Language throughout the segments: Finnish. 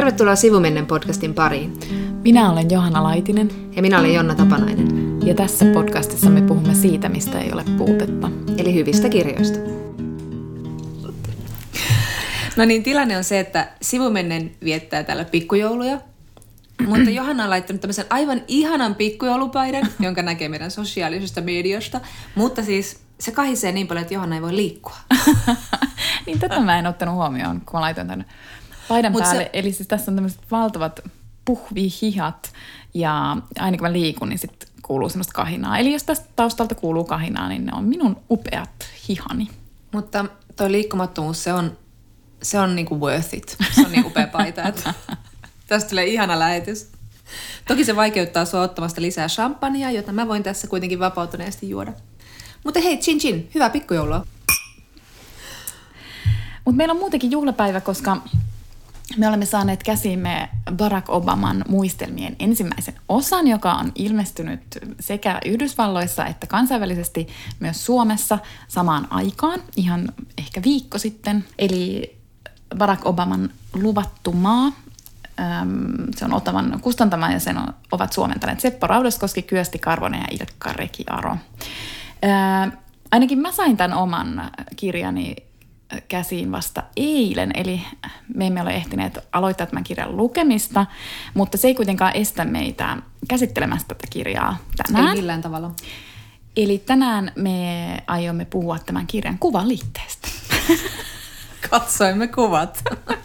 Tervetuloa Sivumennen podcastin pariin. Minä olen Johanna Laitinen. Ja minä olen Jonna Tapanainen. Ja tässä podcastissa me puhumme siitä, mistä ei ole puutetta. Eli hyvistä kirjoista. No niin, tilanne on se, että Sivumennen viettää täällä pikkujouluja. Mutta Johanna on laittanut tämmöisen aivan ihanan pikkujoulupaidan, jonka näkee meidän sosiaalisesta mediosta. Mutta siis se kahisee niin paljon, että Johanna ei voi liikkua. Niin tätä mä en ottanut huomioon, kun mä laitoin tänne paidan päälle. Eli siis tässä on tämmöiset valtavat puhvihihat ja aina kun mä liikun, niin sitten kuuluu semmoista kahinaa. Eli jos tästä taustalta kuuluu kahinaa, niin ne on minun upeat hihani. Mutta toi liikkumattomuus, se on niinku worth it. Se on niin upea paita, että tästä tulee ihana lähetys. Toki se vaikeuttaa sua ottamasta lisää champagnea, jota mä voin tässä kuitenkin vapautuneesti juoda. Mutta hei, chin chin, hyvää pikkujoulua. Mutta meillä on muutenkin juhlapäivä, koska me olemme saaneet käsiimme Barack Obaman muistelmien ensimmäisen osan, joka on ilmestynyt sekä Yhdysvalloissa että kansainvälisesti myös Suomessa samaan aikaan, ihan ehkä viikko sitten. Eli Barack Obaman luvattu maa. Se on Ottavan kustantama ja sen ovat suomentaneet Seppo Raudaskoski, Kyösti Karvonen ja Ilkka Rekiaro. Ainakin mä sain tämän oman kirjani käsiin vasta eilen, eli me emme ole ehtineet aloittaa tämän kirjan lukemista, mutta se ei kuitenkaan estä meitä käsittelemästä tätä kirjaa tänään. Ei millään tavalla. Eli tänään me aiomme puhua tämän kirjan kuvaliitteestä. Katsoimme kuvat.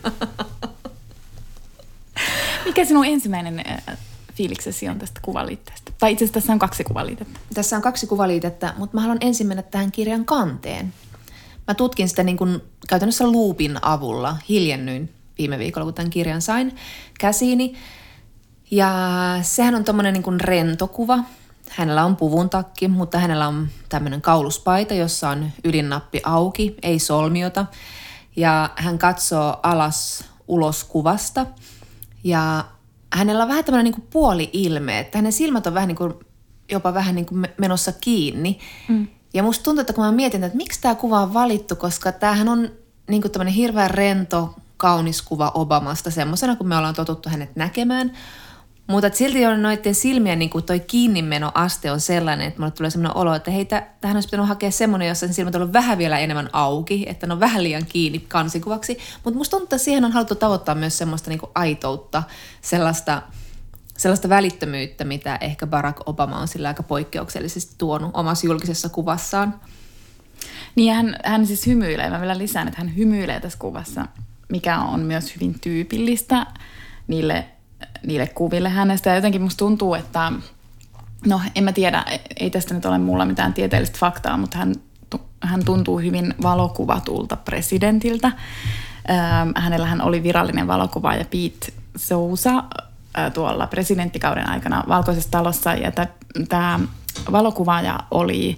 Mikä sinun ensimmäinen fiiliksesi on tästä kuvaliitteestä? Tai itse asiassa tässä on 2 kuvaliitettä. Tässä on 2 kuvaliitettä, mutta mä haluan ensin mennä tähän kirjan kanteen. Mä tutkin sitä niin kuin käytännössä luupin avulla, hiljennyin viime viikolla, kun tämän kirjan sain käsiini. Ja sehän on tommonen niin kuin rento kuva. Hänellä on puvun takki, mutta hänellä on tämmöinen kauluspaita, jossa on ylinnappi auki, ei solmiota. Ja hän katsoo alas ulos kuvasta. Ja hänellä on vähän tämmöinen niin kuin puoli-ilme, että hänen silmät on vähän niin kuin, jopa vähän niin kuin menossa kiinni. Ja musta tuntuu, että kun mä mietin, että miksi tämä kuva on valittu, koska tämähän on niin kuin tämmöinen hirveän rento, kaunis kuva Obamasta, semmoisena kuin me ollaan totuttu hänet näkemään. Mutta silti on noiden silmien niin kuin toi kiinnimenoaste on sellainen, että mulle tulee semmoinen olo, että hei, tähän olisi pitänyt hakea semmoinen, jossa sen silmät on vähän vielä enemmän auki, että ne on vähän liian kiinni kansikuvaksi. Mutta musta tuntuu, että siihen on haluttu tavoittaa myös semmoista niin kuin aitoutta, sellaista välittömyyttä, mitä ehkä Barack Obama on sillä aika poikkeuksellisesti tuonut omassa julkisessa kuvassaan. Niin hän siis hymyilee. Mä vielä lisään, että hän hymyilee tässä kuvassa, mikä on myös hyvin tyypillistä niille kuville hänestä. Ja jotenkin musta tuntuu, että no en mä tiedä, ei tästä nyt ole mulla mitään tieteellistä faktaa, mutta hän tuntuu hyvin valokuvatulta presidentiltä. Hänellähän oli virallinen valokuvaaja Pete Souza tuolla presidenttikauden aikana Valkoisessa talossa, ja tämä valokuvaaja oli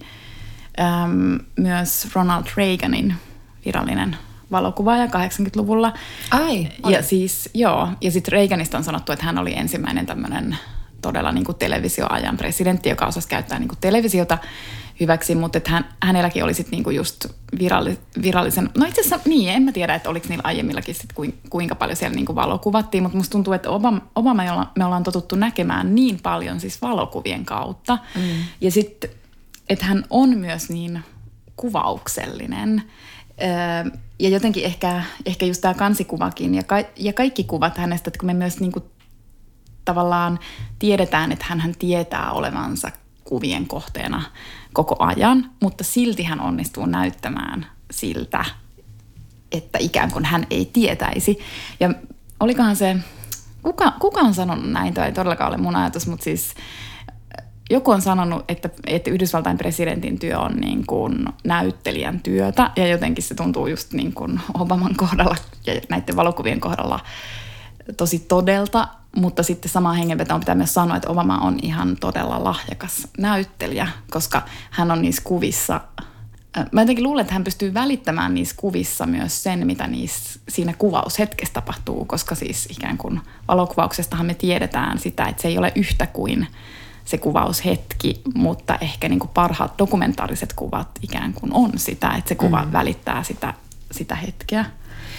myös Ronald Reaganin virallinen valokuvaaja 80-luvulla. Ai, ja siis joo, ja sitten Reaganista on sanottu, että hän oli ensimmäinen tämmöinen todella niin kuin televisioajan presidentti, joka osasi käyttää niin kuin televisiota hyväksi, mutta että hänelläkin oli sitten niin kuin just virallisen, no itse asiassa niin, en mä tiedä, että oliko niillä aiemmillakin sit kuinka paljon siellä niin kuin valokuvattiin, mutta musta tuntuu, että Obama me ollaan totuttu näkemään niin paljon siis valokuvien kautta, ja sitten, että hän on myös niin kuvauksellinen, ja jotenkin ehkä just tämä kansikuvakin ja kaikki kuvat hänestä, että kun me myös niin kuin tavallaan tiedetään, että hän tietää olevansa kuvien kohteena koko ajan, mutta silti hän onnistuu näyttämään siltä, että ikään kuin hän ei tietäisi. Ja olikohan se, kuka on sanonut näin, tai ei todellakaan ole mun ajatus, mutta siis joku on sanonut, että Yhdysvaltain presidentin työ on niin kuin näyttelijän työtä, ja jotenkin se tuntuu just niin kuin Obaman kohdalla ja näiden valokuvien kohdalla tosi todelta, mutta sitten samaan hengenvetoon pitää myös sanoa, että Obama on ihan todella lahjakas näyttelijä, koska hän on niissä kuvissa. Mä jotenkin luulen, että hän pystyy välittämään niissä kuvissa myös sen, mitä siinä kuvaushetkessä tapahtuu, koska siis ikään kuin valokuvauksestahan me tiedetään sitä, että se ei ole yhtä kuin se kuvaushetki, mutta ehkä niin kuin parhaat dokumentaariset kuvat ikään kuin on sitä, että se kuva välittää sitä hetkeä.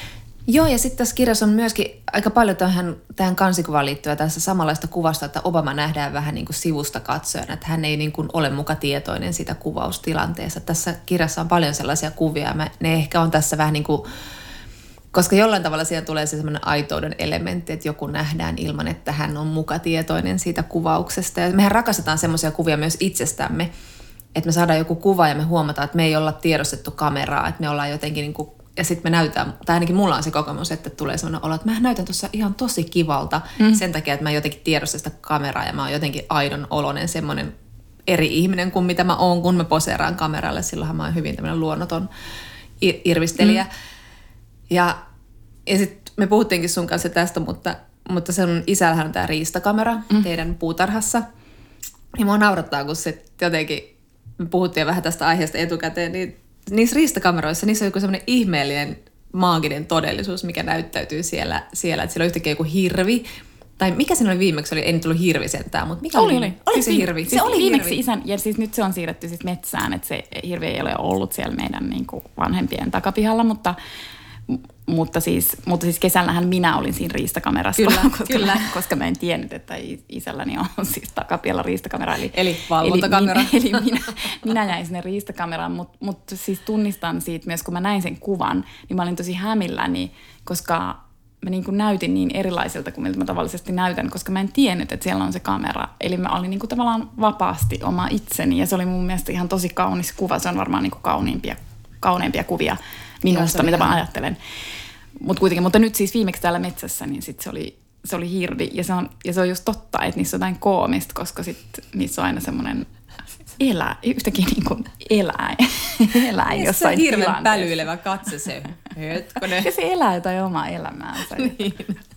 Joo, ja sitten tässä kirjassa on myöskin aika paljon tähän kansikuvaan liittyvää tässä samanlaista kuvasta, että Obama nähdään vähän niin kuin sivusta katsojana, että hän ei niin kuin ole muka tietoinen siitä kuvaustilanteessa. Tässä kirjassa on paljon sellaisia kuvia, ne ehkä on tässä vähän niin kuin, koska jollain tavalla siellä tulee se semmoinen aitouden elementti, että joku nähdään ilman, että hän on muka tietoinen siitä kuvauksesta. Ja mehän rakastetaan semmoisia kuvia myös itsestämme, että me saadaan joku kuva ja me huomataan, että me ei olla tiedostettu kameraa, että me ollaan jotenkin niin kuin, ja sitten me näytään, tai ainakin mulla on se kokemus, että tulee sellainen olo, että mä näytän tuossa ihan tosi kivalta sen takia, että mä jotenkin tiedostan sitä kameraa ja mä oon jotenkin aidon oloinen semmoinen eri ihminen kuin mitä mä oon, kun mä poseeraan kameralle. Silloinhan mä oon hyvin tämmöinen luonnoton irvistelijä. Ja sitten me puhuttiinkin sun kanssa tästä, mutta sen isällähän on tämä riistakamera teidän puutarhassa. Ja mua naurattaa, kun se jotenkin, me puhuttiin vähän tästä aiheesta etukäteen, niin niissä riistakameroissa, niissä on joku semmoinen ihmeellinen maaginen todellisuus, mikä näyttäytyy siellä että siellä on yhtäkkiä joku hirvi. Tai mikä siinä oli viimeksi? Ei nyt tullut hirvi sentään, mutta mikä oli? Oli se hirvi? Se oli viimeksi hirvi. Isän, ja siis nyt se on siirretty siis metsään, että se hirvi ei ole ollut siellä meidän niin kuin vanhempien takapihalla, mutta siis kesällähän minä olin siinä riistakamerassa, koska mä en tiennyt, että isälläni on siis takapihalla riistakamera. Eli valvontakamera. Eli minä jäin sinne riistakameraan, mutta siis tunnistan siitä myös, kun mä näin sen kuvan, niin mä olin tosi hämilläni, koska mä niin kuin näytin niin erilaiselta kuin miltä mä tavallisesti näytän, koska mä en tiennyt, että siellä on se kamera. Eli mä olin niin kuin tavallaan vapaasti oma itseni, ja se oli mun mielestä ihan tosi kaunis kuva. Se on varmaan niin kuin kauneimpia kuvia minusta, mitä mä ajattelen. Mutta nyt siis viimeksi täällä metsässä, niin sit se oli hirvi. Ja se on just totta, että niissä on jotain koomista, koska sit niissä on aina semmoinen yhtäkin niin kuin eläin jossain hirven tilanteessa. Pälyilevä katse se hötkönen. Ja se elää jotain omaa elämäänsä. Niin.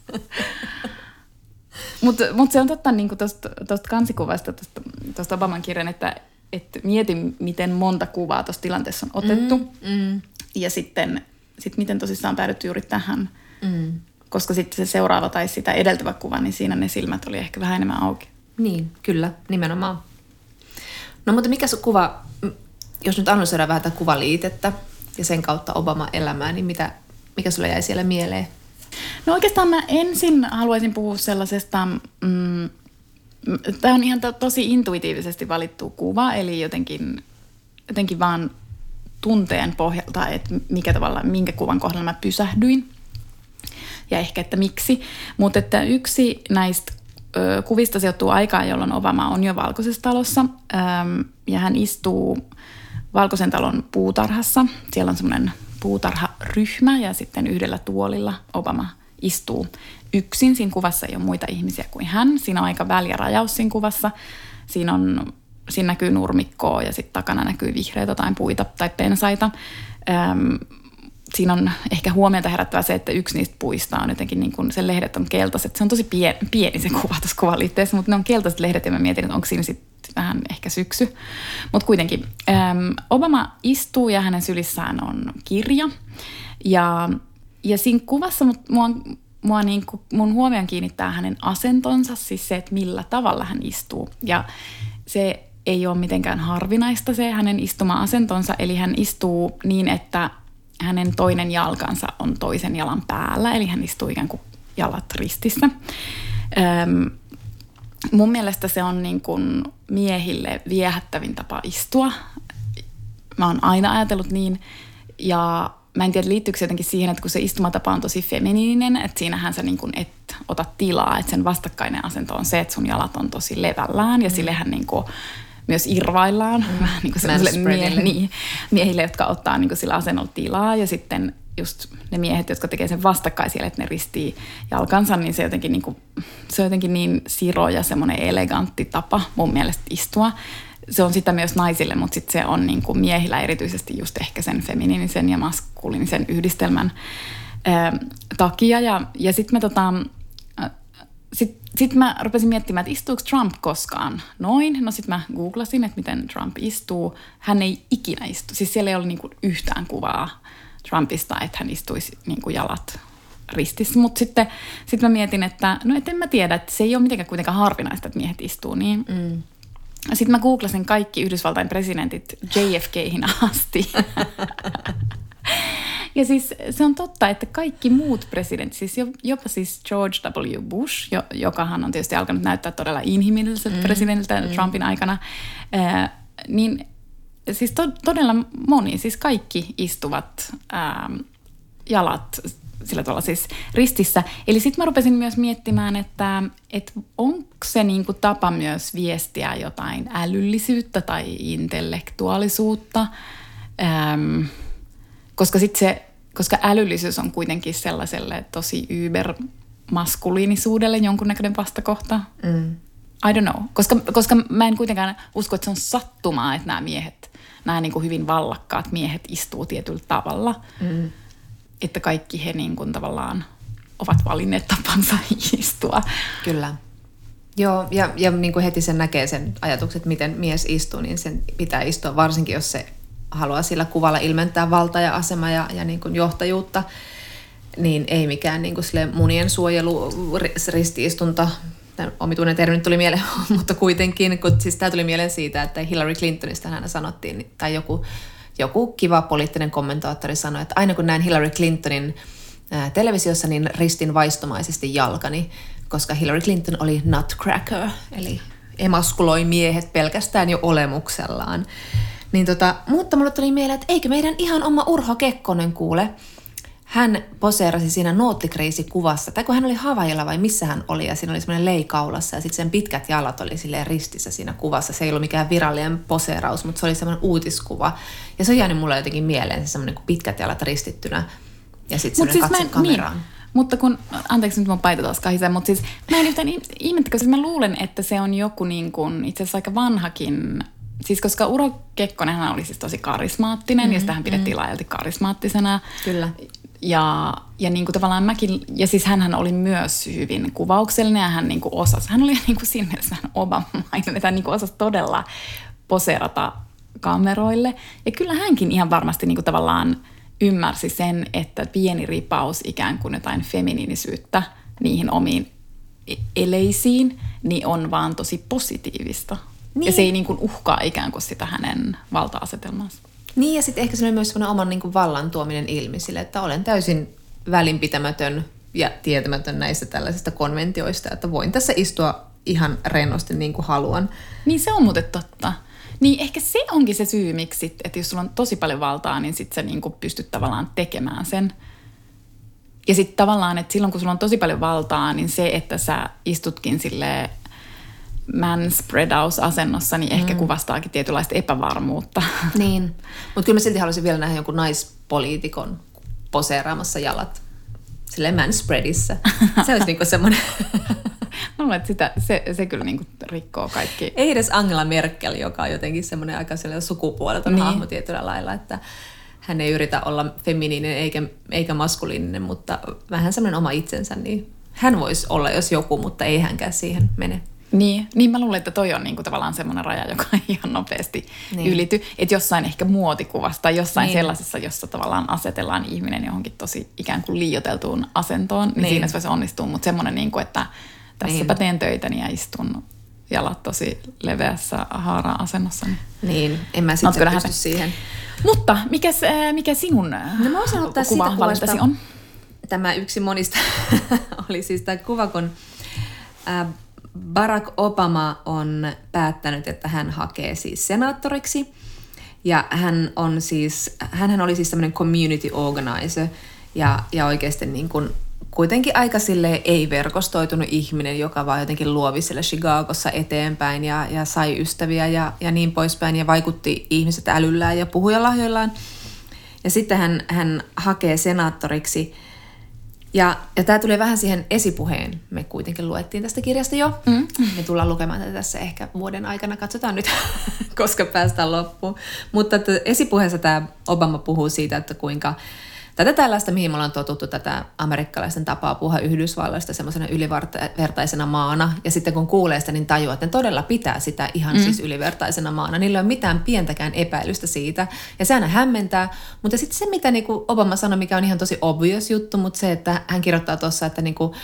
Mutta se on totta niin tuosta kansikuvasta, tuosta Obaman kirjan, että mietin, miten monta kuvaa tuossa tilanteessa on otettu. Ja sitten miten tosissaan päädytty juuri tähän. Koska sitten se seuraava tai sitä edeltävä kuva, niin siinä ne silmät oli ehkä vähän enemmän auki. Niin, kyllä, nimenomaan. No mutta mikä se kuva, jos nyt analysoidaan vähän tätä kuvaliitettä ja sen kautta Obama-elämää, niin mikä sulle jäi siellä mieleen? No oikeastaan mä ensin haluaisin puhua sellaisesta, tämä on ihan tosi intuitiivisesti valittu kuva, eli jotenkin vaan tunteen pohjalta, että minkä kuvan kohdalla mä pysähdyin ja ehkä, että miksi. Mutta että yksi näistä kuvista sijoittuu aikaan, jolloin Obama on jo Valkoisessa talossa ja hän istuu Valkoisen talon puutarhassa. Siellä on semmoinen puutarharyhmä ja sitten yhdellä tuolilla Obama istuu yksin. Siinä kuvassa ei ole muita ihmisiä kuin hän. Siinä on aika väljä rajaus siinä kuvassa. Siinä näkyy nurmikkoa ja sitten takana näkyy vihreitä jotain puita tai pensaita. Siinä on ehkä huomiota herättävää se, että yksi niistä puista on jotenkin niin kuin, sen lehdet on keltaiset. Se on tosi pieni se kuva tuossa kuvaliitteessä, mutta ne on keltaiset lehdet ja mä mietin, että onko siinä sitten vähän ehkä syksy. Mutta kuitenkin Obama istuu ja hänen sylissään on kirja. Ja siinä kuvassa mun huomion kiinnittää hänen asentonsa, siis se, että millä tavalla hän istuu. Ja se ei ole mitenkään harvinaista se hänen istuma-asentonsa, eli hän istuu niin, että hänen toinen jalkansa on toisen jalan päällä, eli hän istuu ikään kuin jalat ristissä. Mun mielestä se on niin kuin miehille viehättävin tapa istua. Mä oon aina ajatellut niin, ja mä en tiedä liittyykö se jotenkin siihen, että kun se istumatapa on tosi feminiininen, että siinähän sä niin kuin et ota tilaa, että sen vastakkainen asento on se, että sun jalat on tosi levällään, ja sillehän niin kuin myös irvaillaan vähän niin kuin sellaisille miehille, jotka ottaa niin kuin sillä asennolla tilaa, ja sitten just ne miehet, jotka tekee sen vastakkaisille, että ne ristii jalkansa, niin se on jotenkin niin siro ja semmoinen elegantti tapa mun mielestä istua. Se on sitä myös naisille, mutta sitten se on niin kuin miehillä erityisesti just ehkä sen feminiinisen ja maskuliinisen yhdistelmän takia. Ja sitten Sitten mä rupesin miettimään, että istuuko Trump koskaan noin. No sitten mä googlasin, että miten Trump istuu. Hän ei ikinä istu. Siis siellä ei ole niinku yhtään kuvaa Trumpista, että hän istuisi niinku jalat ristissä. Mutta sitten mä mietin, että en mä tiedä, että se ei ole mitenkään kuitenkaan harvinaista, että miehet istuu niin. Sitten mä googlasin kaikki Yhdysvaltain presidentit JFK:hin asti. Ja siis se on totta, että kaikki muut presidentit, siis jopa siis George W. Bush, jokahan on tietysti alkanut näyttää todella inhimilliseltä presidentiltä Trumpin aikana, niin siis todella moni, siis kaikki istuvat jalat sillä tavalla siis ristissä. Eli sitten mä rupesin myös miettimään, että onko se niinku tapa myös viestiä jotain älyllisyyttä tai intellektuaalisuutta, koska älyllisyys on kuitenkin sellaiselle tosi ybermaskuliinisuudelle jonkunnäköinen vastakohta. I don't know, koska mä en kuitenkaan usko, että se on sattumaa, että nämä niin kuin hyvin vallakkaat miehet istuu tietyllä tavalla. Että kaikki he niin kuin tavallaan ovat valinneet tapansa istua. Kyllä. Joo, ja niin kuin heti sen näkee sen ajatukset, miten mies istuu, niin sen pitää istua, varsinkin jos se haluaa sillä kuvalla ilmentää valta ja asema ja niin kuin johtajuutta, niin ei mikään niin kuin munien suojelu, ristiistunta. Tämä omituinen termi tuli mieleen, mutta kuitenkin, kun siis tämä tuli mieleen siitä, että Hillary Clintonista hän sanottiin, tai joku kiva poliittinen kommentaattori sanoi, että aina kun näin Hillary Clintonin televisiossa, niin ristin vaistomaisesti jalkani, koska Hillary Clinton oli nutcracker, eli emaskuloi miehet pelkästään jo olemuksellaan. Niin mutta mulle tuli mieleen, että eikö meidän ihan oma Urho Kekkonen kuule, hän poseerasi siinä Noottikriisi-kuvassa, tai kun hän oli Havaijilla vai missä hän oli, ja siinä oli semmoinen leikaulassa, ja sitten sen pitkät jalat oli silleen ristissä siinä kuvassa. Se ei ollut mikään virallinen poseeraus, mutta se oli semmoinen uutiskuva. Ja se on jäänyt mulle jotenkin mieleen, se semmoinen pitkät jalat ristittynä, ja sitten semmoinen katse kameraan. Niin. Mutta anteeksi nyt mun paita taas kahisee, mutta siis mä en yhtään ihmettä, koska mä luulen, että se on joku niin kuin, itse asiassa aika vanhakin. Siis koska Urho Kekkonenhan oli siis tosi karismaattinen, ja sitähän pidettiin laajalti karismaattisena. Kyllä. Ja niin kuin tavallaan mäkin, ja siis hänhän oli myös hyvin kuvauksellinen, ja hän niin kuin osasi, hän oli niin kuin siinä mielessä vähän Obama-mainen, että hän niin kuin osasi todella poseerata kameroille. Ja kyllä hänkin ihan varmasti niin kuin tavallaan ymmärsi sen, että pieni ripaus ikään kuin jotain feminiinisyyttä niihin omiin eleisiin, niin on vaan tosi positiivista. Niin. Ja se ei niin kuin uhkaa ikään kuin sitä hänen valta-asetelmaansa. Niin, ja sitten ehkä se oli myös sellainen oman niin kuin vallan tuominen ilmi sille, että olen täysin välinpitämätön ja tietämätön näistä tällaisista konventioista, että voin tässä istua ihan rennosti niin kuin haluan. Niin se on muuten totta. Niin ehkä se onkin se syy, miksi, että jos sulla on tosi paljon valtaa, niin sitten sä niin kuin pystyt tavallaan tekemään sen. Ja sitten tavallaan, että silloin kun sulla on tosi paljon valtaa, niin se, että sä istutkin silleen manspreadaus-asennossa, niin ehkä kuvastaakin tietynlaista epävarmuutta. Niin, mutta kyllä mä silti haluaisin vielä nähdä jonkun naispoliitikon poseeraamassa jalat silleen manspreadissä. Se olisi niinku semmoinen. Mä luulen, että se kyllä niinku rikkoo kaikki. Ei edes Angela Merkel, joka on jotenkin semmoinen aika sukupuoleton hahmo tietyllä lailla, että hän ei yritä olla feminiininen eikä maskuliininen, mutta vähän semmoinen oma itsensä, niin hän voisi olla jos joku, mutta ei hänkään siihen mene. Niin mä luulen, että toi on niinku tavallaan semmoinen raja, joka ihan nopeasti ylity. Että jossain ehkä muotikuvassa tai jossain sellaisessa, jossa tavallaan asetellaan ihminen johonkin tosi ikään kuin liioiteltuun asentoon, niin siinä se voisi onnistua. Mutta semmoinen, niinku, että tässäpä teen töitäni ja istun jalat tosi leveässä haara-asennossa. Niin, en mä sitten pysty siihen. Mutta mikä sinun kuvavalintasi on? Tämä yksi monista oli siis tämä kuva, kun Barack Obama on päättänyt, että hän hakee siis senaattoriksi. Ja hänhän oli siis tämmöinen community organizer ja oikeasti niin kuin kuitenkin aika silleen ei-verkostoitunut ihminen, joka vaan jotenkin luovi siellä Chicagossa eteenpäin ja sai ystäviä ja niin poispäin ja vaikutti ihmiset älyllään ja puhujalahjoillaan. Ja sitten hän hakee senaattoriksi. Ja tämä tulee vähän siihen esipuheen. Me kuitenkin luettiin tästä kirjasta jo. Me tullaan lukemaan tätä tässä ehkä vuoden aikana. Katsotaan nyt, koska päästään loppuun. Mutta esipuheessa tämä Obama puhuu siitä, että kuinka tätä tällaista, mihin me ollaan totuttu, tätä amerikkalaisten tapaa puhua Yhdysvalloista semmoisena ylivertaisena maana. Ja sitten kun kuulee sitä, niin tajuaa, että ne todella pitää sitä ihan siis ylivertaisena maana. Niillä ei ole mitään pientäkään epäilystä siitä. Ja se aina hämmentää. Mutta sitten se, mitä niinku Obama sanoi, mikä on ihan tosi obvious juttu, mutta se, että hän kirjoittaa tuossa, että niinku,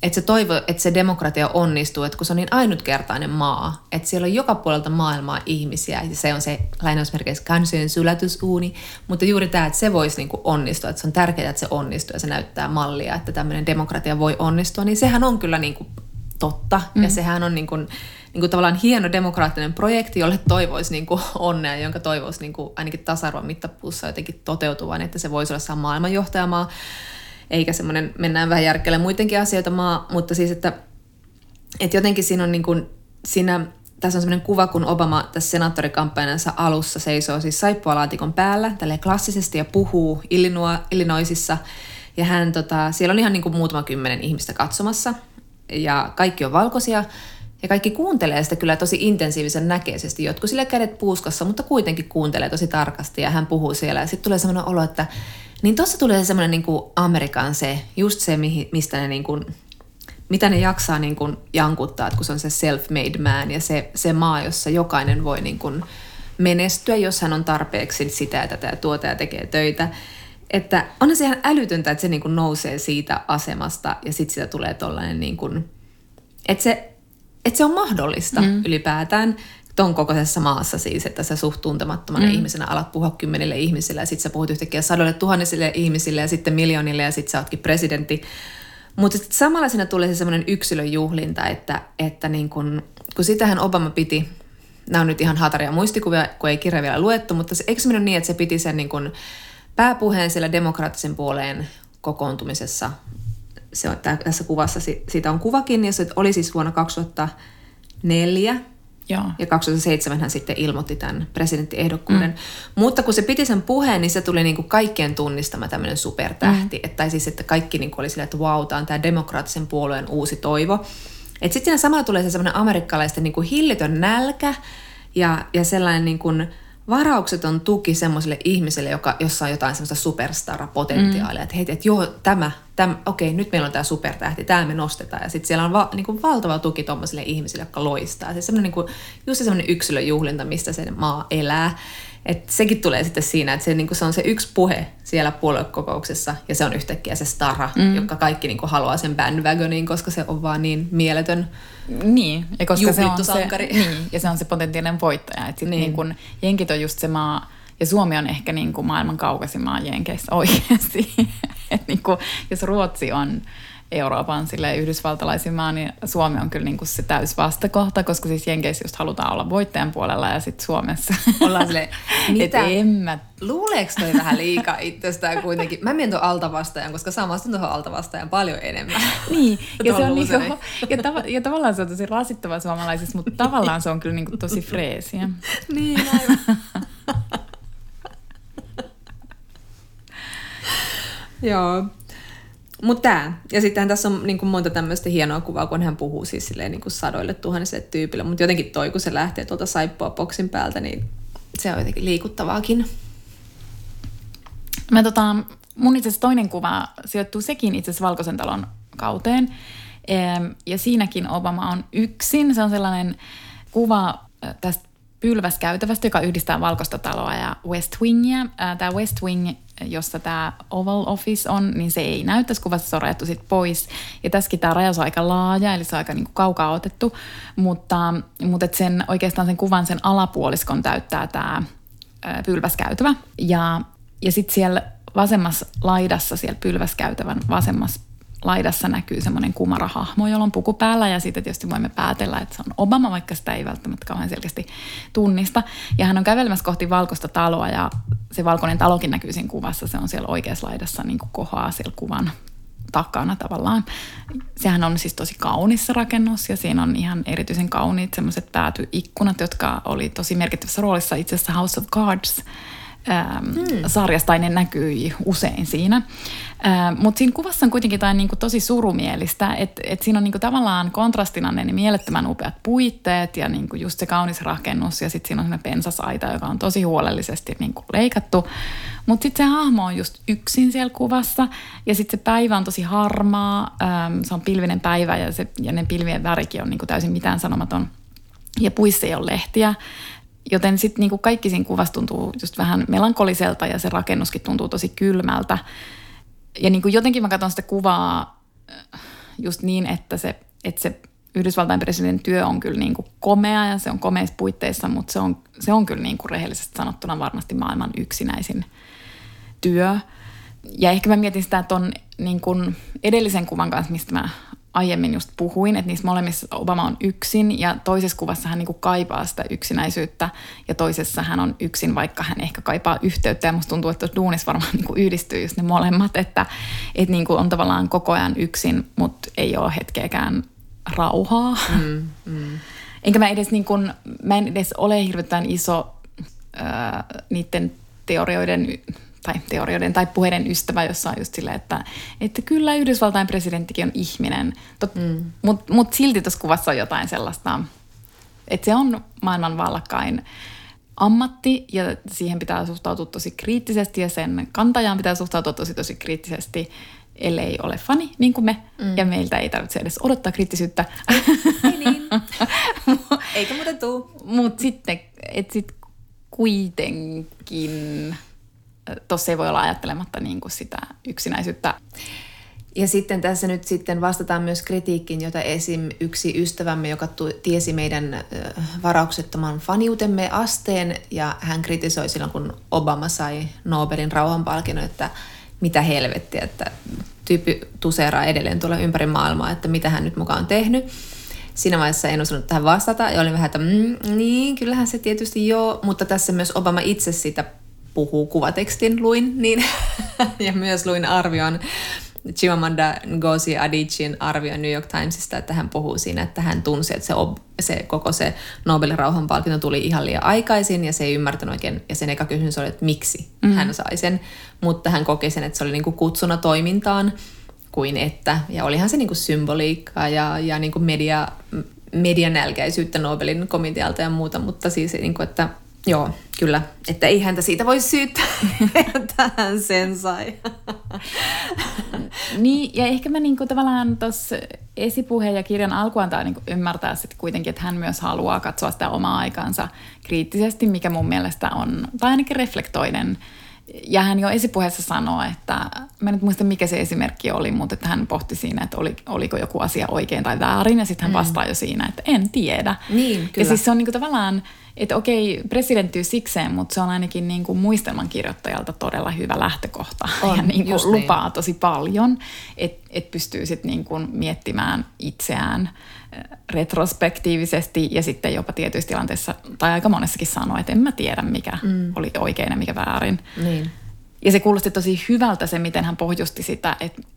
että se toivo, että se demokratia onnistuu, että kun se on niin ainutkertainen maa, että siellä on joka puolelta maailmaa ihmisiä, ja se on se lainausmerkeissä kansojen sulatussuuni, mutta juuri tämä, että se voisi niin kuin onnistua, että se on tärkeää, että se onnistuu, ja se näyttää mallia, että tämmöinen demokratia voi onnistua, niin sehän on kyllä niin kuin totta, ja sehän on niin kuin tavallaan hieno demokraattinen projekti, jolle toivoisi niin kuin onnea, jonka toivoisi niin kuin ainakin tasa-arvon mittapuussa jotenkin toteutuvan, että se voisi olla maailmanjohtajamaa, eikä semmoinen, mennään vähän järkkäille muidenkin asioita maa, mutta siis, että jotenkin siinä on niin kuin, tässä on semmoinen kuva, kun Obama tässä senaattorikampanjansa alussa seisoo siis saippualaatikon päällä, tälleen klassisesti ja puhuu Illinoisissa, ja hän, siellä on ihan niin kuin muutama 10 ihmistä katsomassa, ja kaikki on valkoisia, ja kaikki kuuntelee sitä kyllä tosi intensiivisen näköisesti. Jotkut sille kädet puuskassa, mutta kuitenkin kuuntelee tosi tarkasti, ja hän puhuu siellä, ja sitten tulee semmoinen olo, että niin tuossa tulee semmoinen niin kuin Amerikan just se, mistä ne niin kuin, mitä ne jaksaa niin kuin jankuttaa, että kun se on se self-made man ja se maa, jossa jokainen voi niin kuin menestyä, jos hän on tarpeeksi sitä ja tätä ja tuota ja tekee töitä. Että onhan se ihan älytöntä, että se niin kuin nousee siitä asemasta ja sitten sitä tulee tollainen, niin kuin, että se on mahdollista ylipäätään. Ton kokoisessa maassa siis, että sä suht tuntemattomana ihmisenä alat puhua 10 ihmisille ja sit sä puhut yhtäkkiä 100,000 ihmisille ja sitten miljoonille ja sit sä ootkin presidentti. Mutta samalla siinä tulee se semmoinen yksilön juhlinta, että niin kun sitähän Obama piti, nämä on nyt ihan hataria muistikuvia, kun ei kirja vielä luettu, mutta eikö se mennyt niin, että se piti sen niin kun pääpuheen siellä demokraattisen puoleen kokoontumisessa. Se on tässä kuvassa, siitä on kuvakin ja se oli siis vuonna 2004. Joo. Ja 2007 hän sitten ilmoitti tämän presidenttiehdokkuuden. Mutta kun se piti sen puheen, niin se tuli niin kuin kaikkien tunnistama tämmöinen supertähti. Tai siis, että kaikki niin kuin oli sillä, että vau, tämä on tämä demokraattisen puolueen uusi toivo. Että sitten siinä samalla tulee se semmoinen amerikkalaisten niin kuin hillitön nälkä ja sellainen niin kuin varaukseton tuki semmoiselle ihmiselle, jossa on jotain semmoista superstar-potentiaalia. Että hei, että joo, okei, nyt meillä on tämä supertähti, tämä me nostetaan. Ja sitten siellä on niin kuin valtava tuki tuommoisille ihmisille, jotka loistaa. Se semmoinen, niin kuin, just se semmoinen yksilöjuhlinta, mistä se maa elää. Että sekin tulee sitten siinä, että niin kuin se on se yksi puhe siellä puoluekokouksessa ja se on yhtäkkiä se stara, joka kaikki niin kuin haluaa sen bandwagoniin, koska se on vaan niin mieletön. Niin, ja koska se on sankari. Ja se on se potentiaalinen voittaja. Että niin kun jenkit on just se maa, ja Suomi on ehkä niin kuin maailman kaukaisin maa jenkeissä oikeasti. Että niin kuin, jos Ruotsi on Euroopan yhdysvaltalaisin maa, niin Suomi on kyllä niin kuin se täys vastakohta, koska siis jenkeissä just halutaan olla voittajan puolella ja sitten Suomessa ollaan silleen, mitä? Et luuleeko toi vähän liikaa itsestään kuitenkin? Mä menen tuon altavastaajan, koska samastun tuohon altavastaajan paljon enemmän. Niin, ja se on niinku, ja tavallaan se on tosi rasittavaa suomalaisissa, mutta tavallaan se on kyllä niinku tosi freesiä. Niin, aivan. Joo. Mutta tämä. Ja sittenhän tässä on niin kuin monta tämmöistä hienoa kuvaa, kun hän puhuu siis silleen niin kuin 100,000 tyypille. Mutta jotenkin toi, kun se lähtee tuolta saippua boksin päältä, niin se on jotenkin liikuttavaakin. Mun itse asiassa toinen kuva sijoittuu sekin itse asiassa Valkoisen talon kauteen. Ja siinäkin Obama on yksin. Se on sellainen kuva tästä pylväskäytävästä, joka yhdistää Valkoista taloa ja West Wingia. Tämä West Wing, jossa tämä Oval Office on, niin se ei näy tässä kuvassa, se on rajattu sitten pois. Ja tässäkin tämä rajaus on aika laaja, eli se on aika niin kuin kaukaa otettu, mutta oikeastaan sen kuvan sen alapuoliskon täyttää tämä pylväskäytävä. Ja sitten siellä vasemmassa laidassa, siellä pylväskäytävän vasemmassa laidassa näkyy semmoinen kumarahahmo, jolla on puku päällä ja siitä tietysti voimme päätellä, että se on Obama, vaikka sitä ei välttämättä kauhean selkeästi tunnista. Ja hän on kävelemässä kohti Valkoista taloa ja se valkoinen talokin näkyy siinä kuvassa. Se on siellä oikeassa laidassa niin kuin kohaa siellä kuvan takana tavallaan. Sehän on siis tosi kaunis se rakennus ja siinä on ihan erityisen kauniit semmoiset päätyikkunat, jotka oli tosi merkittävässä roolissa itse asiassa House of Cards sarjasta, ne näkyi usein siinä. Mutta siinä kuvassa on kuitenkin jotain niinku tosi surumielistä, että siinä on niinku tavallaan kontrastina ne mielettömän upeat puitteet ja niinku just se kaunis rakennus ja sitten siinä on sellainen pensasaita, joka on tosi huolellisesti niinku leikattu. Mutta sitten se hahmo on just yksin siellä kuvassa ja sitten se päivä on tosi harmaa, se on pilvinen päivä ja ne pilvien värikin on niinku täysin mitään sanomaton ja puissa ei ole lehtiä. Joten sitten niinku kaikki siinä kuvassa tuntuu just vähän melankoliselta ja se rakennuskin tuntuu tosi kylmältä. Ja niinku jotenkin mä katson sitä kuvaa just niin, että se Yhdysvaltain presidentin työ on kyllä niin kuin komea ja se on komeissa puitteissa, mutta se on kyllä niin kuin rehellisesti sanottuna varmasti maailman yksinäisin työ. Ja ehkä mä mietin sitä ton niin kuin edellisen kuvan kanssa, mistä mä aiemmin just puhuin, että niissä molemmissa Obama on yksin ja toisessa kuvassa hän niin kuin kaipaa sitä yksinäisyyttä ja toisessa hän on yksin, vaikka hän ehkä kaipaa yhteyttä ja musta tuntuu, että tuossa duunissa varmaan niin kuin yhdistyy just ne molemmat, että niin kuin on tavallaan koko ajan yksin, mutta ei ole hetkeäkään rauhaa. Enkä mä en edes ole hirveän iso niiden teorioiden tai puheiden ystävä, jossa on just silleen, että kyllä Yhdysvaltain presidenttikin on ihminen. Mutta silti tuossa kuvassa on jotain sellaista, että se on maailman vallakkain ammatti ja siihen pitää suhtautua tosi kriittisesti ja sen kantajaan pitää suhtautua tosi kriittisesti, ellei ole fani, niin kuin me. Ja meiltä ei tarvitse edes odottaa kriittisyyttä. Ei niin. Eikä muuten tuu. Mutta sitten kuitenkin tuossa ei voi olla ajattelematta niin kuin sitä yksinäisyyttä. Ja sitten tässä nyt sitten vastataan myös kritiikkiin, jota esim. Yksi ystävämme, joka tiesi meidän varauksettoman faniutemme asteen, ja hän kritisoi silloin, kun Obama sai Nobelin rauhanpalkinnon, että mitä helvettiä, että tyyppi tuseeraa edelleen tuolla ympäri maailmaa, että mitä hän nyt mukaan on tehnyt. Siinä vaiheessa en osannut tähän vastata ja olin vähän, että niin, kyllähän se tietysti joo, mutta tässä myös Obama itse siitä puhuu, kuvatekstin luin, niin, ja myös luin arvion, Chimamanda Ngozi Adichin arvion New York Timesista, että hän puhuu siinä, että hän tunsi, että se koko se Nobelin rauhanpalkinto tuli ihan liian aikaisin ja se ei ymmärtänyt oikein, ja sen eka kysymys oli, että miksi hän sai sen, mutta hän koki sen, että se oli niinku kutsuna toimintaan kuin että, ja olihan se niinku symboliikkaa ja niinku medianälkäisyyttä Nobelin komitealta ja muuta, mutta siis niinku, että joo, kyllä, että ei häntä siitä voi syyttää, että hän sen sai. Niin, ja ehkä mä niinku tavallaan tuossa esipuheen ja kirjan alku antaa niinku ymmärtää sitten kuitenkin, että hän myös haluaa katsoa sitä omaa aikansa kriittisesti, mikä mun mielestä on, tai ainakin reflektoinen. Ja hän jo esipuheessa sanoo, että mä en nyt muista mikä se esimerkki oli, mutta että hän pohti siinä, että oliko joku asia oikein tai väärin, ja sitten hän vastaa jo siinä, että en tiedä. Niin, kyllä. Ja siis se on niinku tavallaan, että okei, presidenttyy sikseen, mutta se on ainakin niinku muistelman kirjoittajalta todella hyvä lähtökohta. On, ja niinku just lupaa niin. tosi paljon, että pystyy sitten niinku miettimään itseään retrospektiivisesti ja sitten jopa tietyissä tilanteissa, tai aika monessakin sanoo, että en mä tiedä mikä oli oikein ja mikä väärin. Niin. Ja se kuulosti tosi hyvältä se, miten hän pohjusti sitä,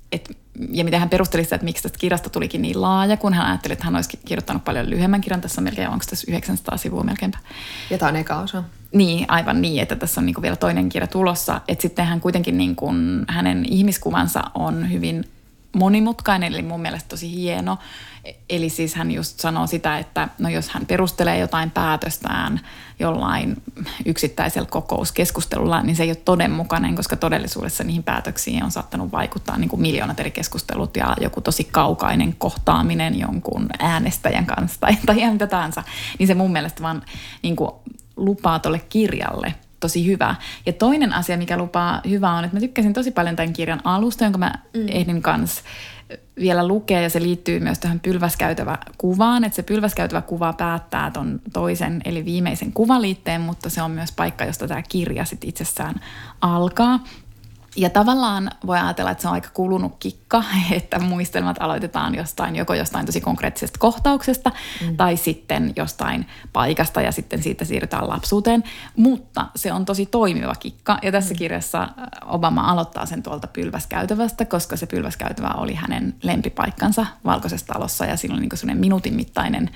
ja miten hän perusteli sitä, että miksi tästä kirjasta tulikin niin laaja, kun hän ajatteli, että hän olisi kirjoittanut paljon lyhyemmän kirjan. Tässä on melkein, onko tässä 900 sivua melkeinpä. Ja tämä on eka osa. Niin, aivan niin, että tässä on niin kuin vielä toinen kirja tulossa. Että sitten hän kuitenkin, niin kuin, hänen ihmiskuvansa on hyvin monimutkainen, eli mun mielestä tosi hieno. Eli siis hän just sanoo sitä, että no jos hän perustelee jotain päätöstään jollain yksittäisellä kokouskeskustelulla, niin se ei ole todenmukainen, koska todellisuudessa niihin päätöksiin on saattanut vaikuttaa niin kuin miljoonat eri keskustelut ja joku tosi kaukainen kohtaaminen jonkun äänestäjän kanssa tai ihan mitä tahansa. Niin se mun mielestä vaan niin kuin lupaa tolle kirjalle tosi hyvä. Ja toinen asia, mikä lupaa hyvää on, että mä tykkäsin tosi paljon tämän kirjan alusta, jonka mä ehdin kanssa vielä lukea, ja se liittyy myös tähän pylväskäytävä kuvaan, että se pylväskäytävä kuva päättää ton toisen, eli viimeisen kuvaliitteen, mutta se on myös paikka, josta tämä kirja sit itsessään alkaa. Ja tavallaan voi ajatella, että se on aika kulunut kikka, että muistelmat aloitetaan joko jostain tosi konkreettisesta kohtauksesta tai sitten jostain paikasta ja sitten siitä siirrytään lapsuuteen. Mutta se on tosi toimiva kikka ja tässä kirjassa Obama aloittaa sen tuolta pylväskäytävästä, koska se pylväskäytävä oli hänen lempipaikkansa Valkoisessa talossa ja siinä oli niin semmoinen minuutin mittainen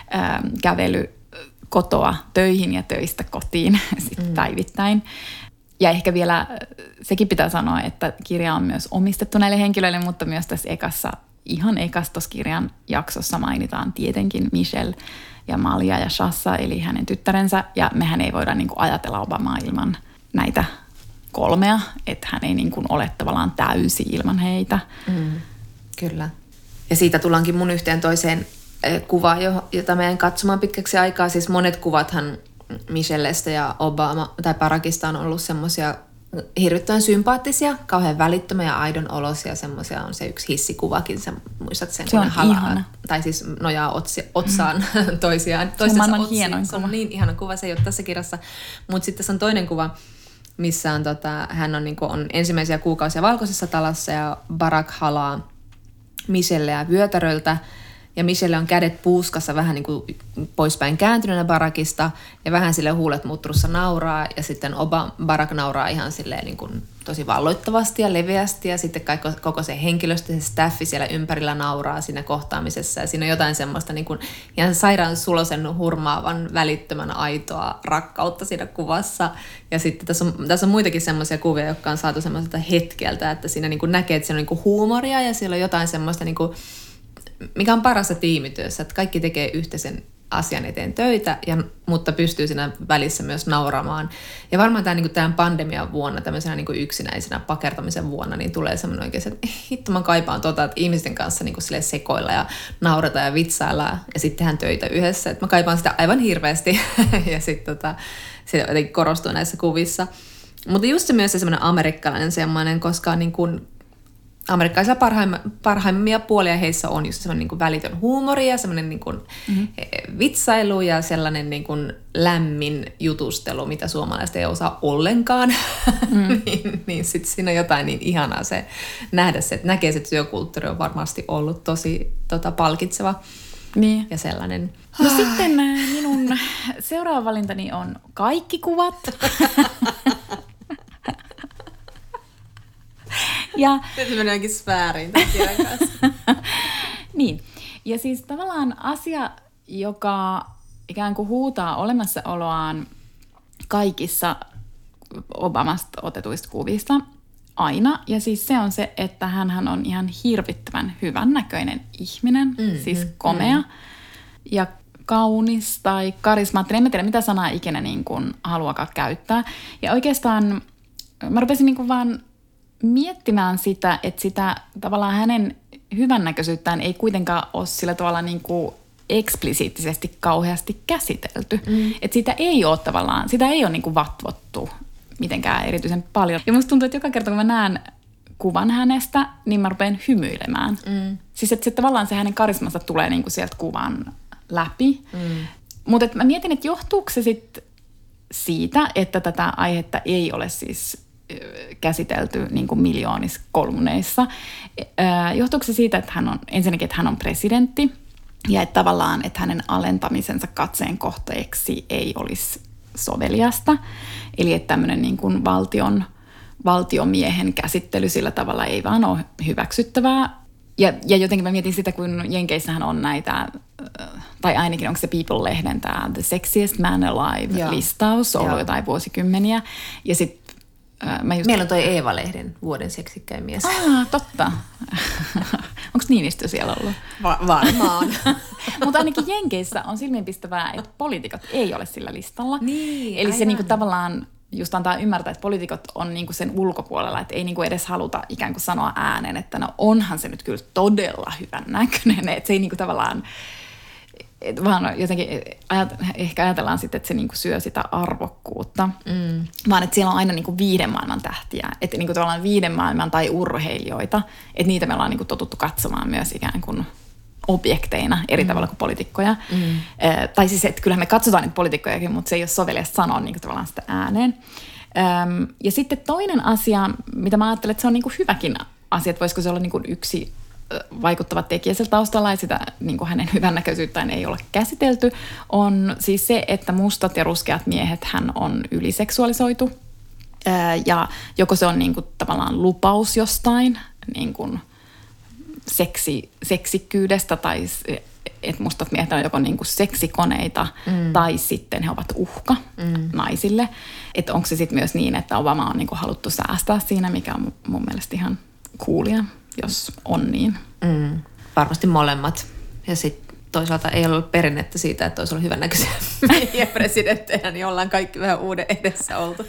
kävely kotoa töihin ja töistä kotiin sitten päivittäin. Ja ehkä vielä sekin pitää sanoa, että kirja on myös omistettu näille henkilöille, mutta myös tässä ihan tuossa kirjan jaksossa mainitaan tietenkin Michelle ja Malia ja Shassa, eli hänen tyttärensä. Ja mehän ei voida niin kuin ajatella Obamaa ilman näitä kolmea, että hän ei niin kuin ole tavallaan täysi ilman heitä. Kyllä. Ja siitä tullaankin mun yhteen toiseen kuvaan, jota meidän katsomaan pitkäksi aikaa. Siis monet kuvathan Michellestä ja Obama tai Barackista on ollut semmoisia hirvittävän sympaattisia, kauhean välittömiä ja aidon olosia. Semmoisia on se yksi hissikuvakin, sä muistat sen, se kun on ihana. Tai siis nojaa otsaan toisiaan. Se on maailman hienoin kuva. Se on niin ihana kuva, se ei ole tässä kirjassa. Mutta sitten tässä on toinen kuva, missä on, hän on, on ensimmäisiä kuukausia valkoisessa talossa ja Barack halaa Michelleä vyötäröltä. Ja Michelle on kädet puuskassa vähän niin kuin poispäin kääntyneenä Barackista ja vähän sille huulet mutrussa nauraa ja sitten Barack nauraa ihan silleen niin kuin tosi valloittavasti ja leveästi ja sitten koko se henkilöstö, se staffi siellä ympärillä nauraa siinä kohtaamisessa ja siinä on jotain semmoista niin kuin ihan sairaan sulosen hurmaavan välittömän aitoa rakkautta siinä kuvassa ja sitten tässä on muitakin semmoisia kuvia, jotka on saatu semmoiselta hetkeltä, että siinä niin kuin näkee, että siinä on niin kuin huumoria ja siellä on jotain semmoista niin kuin mikä on parasta tiimityössä, että kaikki tekee yhteisen asian eteen töitä, mutta pystyy siinä välissä myös nauramaan. Ja varmaan tämän pandemian vuonna, tämmöisenä niin kuin yksinäisenä pakertamisen vuonna, niin tulee semmoinen oikein, että hitto mä kaipaan että ihmisten kanssa niin kuin sekoilla ja naurata ja vitsailla ja sitten tehdään töitä yhdessä. Että mä kaipaan sitä aivan hirveästi ja sitten se jotenkin korostuu näissä kuvissa. Mutta just se myös se semmoinen amerikkalainen semmoinen, koska niin kuin amerikkalaisilla parhaimmia puolia heissä on just semmoinen niin kuin välitön huumori ja semmoinen niin kuin vitsailu ja sellainen niin kuin lämmin jutustelu, mitä suomalaiset ei osaa ollenkaan. niin sitten siinä on jotain niin ihanaa se nähdä se, että näkee, että työkulttuuri on varmasti ollut tosi palkitseva. Niin. Ja sellainen. No sitten minun seuraava valintani on kaikki kuvat. Ja nyt menee jonkin sfääriin tämän kirjan kanssa. Niin. Ja siis tavallaan asia, joka ikään kuin huutaa olemassaoloaan kaikissa Obamasta otetuista kuvista aina. Ja siis se on se, että hänhän on ihan hirvittävän hyvännäköinen ihminen, siis komea ja kaunis tai karismaattinen. En tiedä, mitä sanaa ikinä niin kuin haluakaan käyttää. Ja oikeastaan mä rupesin niin kuin vaan miettimään sitä, että sitä tavallaan hänen hyvännäköisyyttään ei kuitenkaan ole sillä tavalla niin kuin eksplisiittisesti kauheasti käsitelty. Että sitä ei ole tavallaan, sitä ei ole niin kuin vatvottu mitenkään erityisen paljon. Ja musta tuntuu, että joka kerta kun mä näen kuvan hänestä, niin mä rupean hymyilemään. Siis että tavallaan se hänen karismansa tulee niin kuin sieltä kuvan läpi. Mutta mä mietin, että johtuuko se sitten siitä, että tätä aihetta ei ole siis käsitelty niin kuin miljoonissa kolumneissa. Johtuuko se siitä, että ensinnäkin, että hän on presidentti ja että tavallaan, että hänen alentamisensa katseen kohteeksi ei olisi soveliasta. Eli että tämmöinen niin kuin valtiomiehen käsittely sillä tavalla ei vaan ole hyväksyttävää. Ja jotenkin mä mietin sitä, kun Jenkeissähän on näitä, tai ainakin onko se People-lehden tämä The Sexiest Man Alive-listaus, ollut jotain vuosikymmeniä. Ja sitten meillä on toi Eeva-lehden vuoden seksikkäin mies. Totta. Onko Niinistö siellä ollut? Varmaan. Mutta ainakin Jenkeissä on silmiinpistävää, että poliitikot ei ole sillä listalla. Niin, eli se niinku tavallaan just antaa ymmärtää, että poliitikot on niinku sen ulkopuolella, että ei niinku edes haluta ikään kuin sanoa ääneen, että no onhan se nyt kyllä todella hyvän näköinen. Että se ei niinku tavallaan, vaan jotenkin ehkä ajatellaan sitten, että se niinku syö sitä arvokkuutta, vaan että siellä on aina niinku viihdemaailman tähtiä, että niinku tavallaan viihdemaailman tai urheilijoita, että niitä me ollaan niinku totuttu katsomaan myös ikään kuin objekteina eri tavalla kuin poliitikkoja. Tai siis, että kyllähän me katsotaan niitä poliitikkojakin, mutta se ei ole soveliasta sanoa niinku tavallaan sitä ääneen. Ja sitten toinen asia, mitä mä ajattelen, että se on niinku hyväkin asia, että voisiko se olla niinku yksi vaikuttava tekijä siellä taustalla ja sitä niin kuin hänen hyvännäköisyyttään ei ole käsitelty, on siis se, että mustat ja ruskeat miehet hän on yliseksuaalisoitu. Ja joko se on niin kuin tavallaan lupaus jostain niin kuin seksikkyydestä tai että mustat miehet on joko niin kuin seksikoneita tai sitten he ovat uhka naisille. Että onko se sitten myös niin, että Obama on niin kuin haluttu säästää siinä, mikä on mun mielestä ihan coolia, jos on niin. Varmasti molemmat. Ja sitten toisaalta ei ollut perinnettä siitä, että olisi ollut hyvännäköisiä miehiä presidenttejä, niin ollaan kaikki vähän uuden edessä oltu.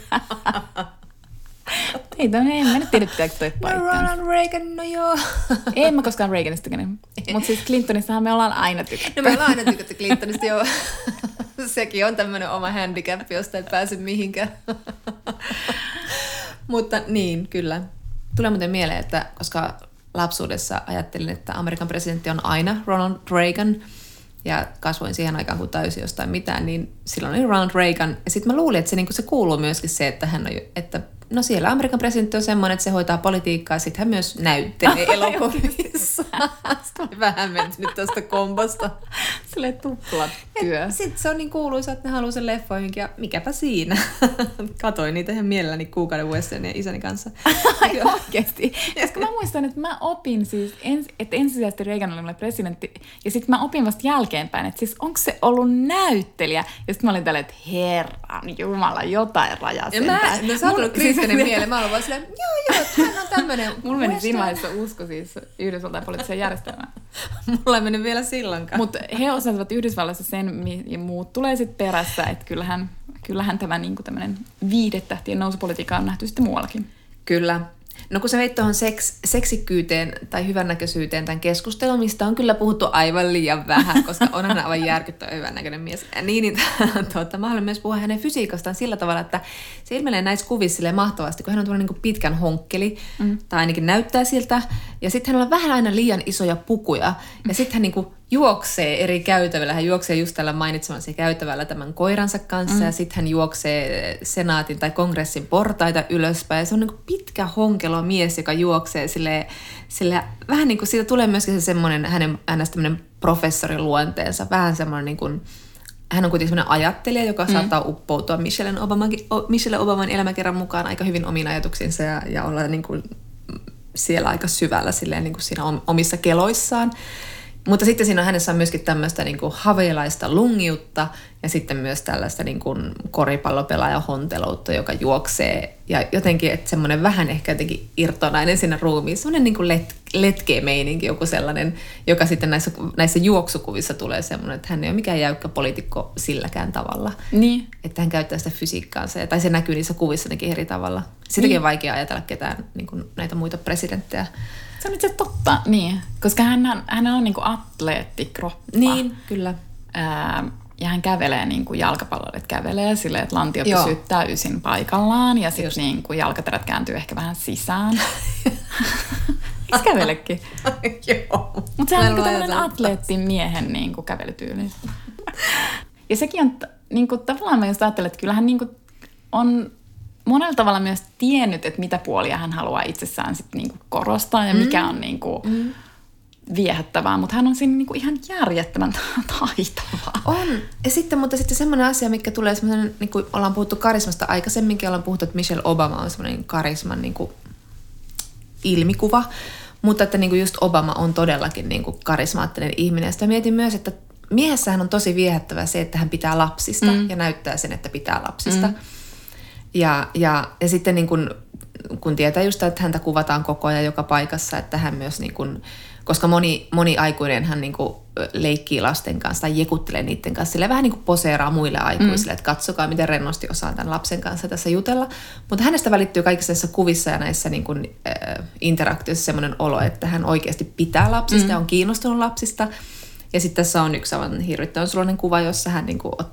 Ei, en mä nyt tiedä, pitääkö toi paikkaan. Ronald Reagan, no joo. En mä koskaan Reaganista tykännyt. Mutta siis Clintonissahan me ollaan aina tykätty. No me ollaan aina tykätty Clintonista, joo. Sekin on tämmöinen oma handicap, josta et pääse mihinkään. Mutta niin, kyllä. Tulee muuten mieleen, että koska lapsuudessa ajattelin, että Amerikan presidentti on aina Ronald Reagan, ja kasvoin siihen aikaan, kun täysin jostain mitään, niin silloin oli Ronald Reagan. Ja sitten mä luulin, että se kuuluu myöskin se, että hän on, että no siellä Amerikan presidentti on semmoinen, että se hoitaa politiikkaa, ja sitten hän myös näyttelee elokuvissa. Sitten oli vähän mentynyt tästä kombosta. Silleen tuplatyö. Sitten se on niin kuuluisa, että ne haluaa sen leffoihinkin, ja mikäpä siinä. Katoin niitä ihan mielelläni kuukauden Westernien isäni kanssa. Ai oikeasti. Koska mä muistan, että mä opin siis, että ensisijaisesti Reagan oli mulle presidentti, ja sitten mä opin vasta jälkeenpäin, että siis onko se ollut näyttelijä? Ja sitten mä olin tälleen, että herran jumala, jotain rajaa sentään. No sä oot ollut kriittinen mieleen. Mä olin vaan silleen, joo, että hän on tämmönen. Mulla meni siinä vaiheessa usko siis Yhdysvaltain poliittiseen järjestelmään. Mulla ei mennyt vielä silloinkaan. Mutta he osasivat Yhdysvalloissa sen, ja muut tulee sitten perässä, että kyllähän tämä niinku tämmöinen viihdetähtien nousupolitiikka on nähty sitten muuallakin. Kyllä. No kun sä veit tuohon seksikkyyteen tai hyvännäköisyyteen tämän keskustelun, mistä on kyllä puhuttu aivan liian vähän, koska onhan hän aivan järkyttävän hyvännäköinen mies. Mä haluan myös puhua hänen fysiikastaan sillä tavalla, että se ilmenee näissä kuvissa mahtavasti, kun hän on tuollainen niin pitkän honkkeli, tai ainakin näyttää siltä, ja sitten hänellä on vähän aina liian isoja pukuja, ja sitten hän niin juoksee eri käytävällä. Hän juoksee just tällä mainitsemalla käytävällä tämän koiransa kanssa, ja sitten hän juoksee senaatin tai kongressin portaita ylöspäin. Ja se on niin kuin pitkä honkelo mies, joka juoksee sille vähän niin kuin siitä tulee myöskin se semmoinen hänestä tämmöinen professoriluonteensa, vähän semmoinen niin kuin, hän on kuitenkin semmoinen ajattelija, joka saattaa uppoutua Michelle Obaman elämäkerran mukaan aika hyvin omiin ajatuksiinsa ja olla niin kuin siellä aika syvällä silleen, niin kuin siinä omissa keloissaan. Mutta sitten siinä on hänessä on myöskin tämmöistä niin kuin haveilaista lungiutta ja sitten myös tällaista niin kuin koripallopelaaja-honteloutta, joka juoksee. Ja jotenkin, että semmoinen vähän ehkä jotenkin irtonainen siinä ruumiissa, semmoinen niin kuin letkeä meininki, joku sellainen, joka sitten näissä juoksukuvissa tulee semmoinen, että hän ei ole mikään jäykkä poliitikko silläkään tavalla. Niin. Että hän käyttää sitä fysiikkaansa, tai se näkyy niissä kuvissa eri tavalla. Sitäkin on vaikea ajatella ketään niin kuin näitä muita presidenttejä. Se on itse totta, niin. Koska hän on niinku atleettikroppa. Niin, kyllä. Ja hän kävelee niinku jalkapalloilijat kävelee silleen, että lantio pysyttää ysin paikallaan ja sitten niinku jalkaterät kääntyy ehkä vähän sisään. Eikö kävelekin? Joo. Mutta sehän on niinku tämmöinen atleettimiehen niinku kävelytyyli. Ja sekin on niinku, tavallaan mä just ajattelen, että kyllähän niinku on monella tavalla myös tiennyt, että mitä puolia hän haluaa itsessään sit niinku korostaa ja mikä on niinku viehättävää, mutta hän on siinä niinku ihan järjettömän taitavaa. On. Ja sitten, mutta sitten semmoinen asia, mikä tulee semmoinen, niin kuin ollaan puhuttu karismasta aikaisemminkin, ollaan puhuttu, että Michelle Obama on semmoinen karisman niin kuin ilmikuva, mutta että niin kuin just Obama on todellakin niin kuin karismaattinen ihminen. Ja sitä mietin myös, että miehessähän on tosi viehättävää se, että hän pitää lapsista ja näyttää sen, että pitää lapsista. Ja sitten niin kun tietää just, että häntä kuvataan koko ajan joka paikassa, että hän myös, niin kun, koska moni aikuinen hän niin kun leikkii lasten kanssa tai jekuttelee niiden kanssa, sille vähän niin kuin poseeraa muille aikuisille, että katsokaa miten rennosti osaan tämän lapsen kanssa tässä jutella. Mutta hänestä välittyy kaikissa näissä kuvissa ja näissä niin kun, interaktioissa semmoinen olo, että hän oikeasti pitää lapsista ja on kiinnostunut lapsista. Ja sitten tässä on yksi aivan hirvittävän suloinen kuva, jossa hän niin kuin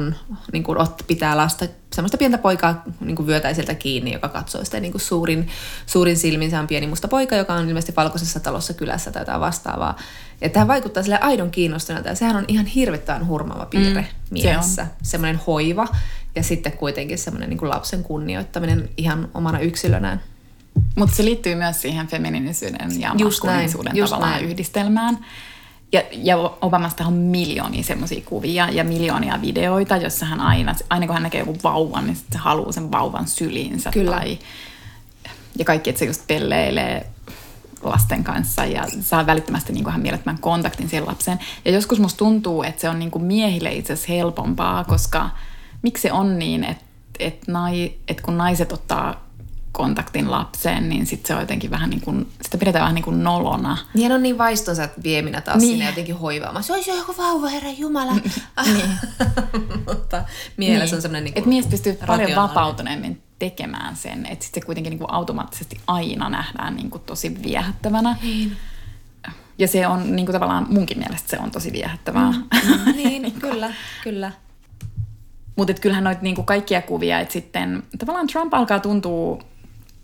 pitää lasta, semmoista pientä poikaa niin vyötäiseltä kiinni, joka katsoo sitä niin suurin silmin. Se on pieni musta poika, joka on ilmeisesti valkoisessa talossa kylässä tai jotain vastaavaa. Ja tämä vaikuttaa sille aidon kiinnostuneelta ja sehän on ihan hirvittävän hurmaava piirre miehessä. Semmoinen hoiva ja sitten kuitenkin semmoinen niin lapsen kunnioittaminen ihan omana yksilönään. Mutta se liittyy myös siihen feminiinisyyden ja maskuliinisuuden tavallaan yhdistelmään. Ja Obamasta on miljoonia semmoisia kuvia ja miljoonia videoita, jossa hän aina kun hän näkee joku vauvan, niin se haluaa sen vauvan syliinsä. Kyllä. Ja kaikki, että se just pelleilee lasten kanssa ja saa välittömästi niin kuin hän mielettömän kontaktin siihen lapseen. Ja joskus musta tuntuu, että se on niin kuin miehille itse asiassa helpompaa, koska miksi se on niin, että kun naiset ottaa kontaktin lapseen, niin sitten se on jotenkin vähän niin kuin, sitä pidetään vähän niin kuin nolona. Niin on niin vaistonsa vieminä taas sinne jotenkin hoivaamaan. Se olisi joku vauva, herra jumala. Niin. Mutta miehellä se on semmoinen niin kuin että mies pystyy paljon vapautuneemmin tekemään sen, että sitten se kuitenkin niin kuin automaattisesti aina nähdään niin kuin tosi viehättävänä. Niin. Ja se on niin kuin tavallaan munkin mielestä se on tosi viehättävää. Niin, kyllä. Mutta kyllähän noita niin kuin kaikkia kuvia, että sitten tavallaan Trump alkaa tuntua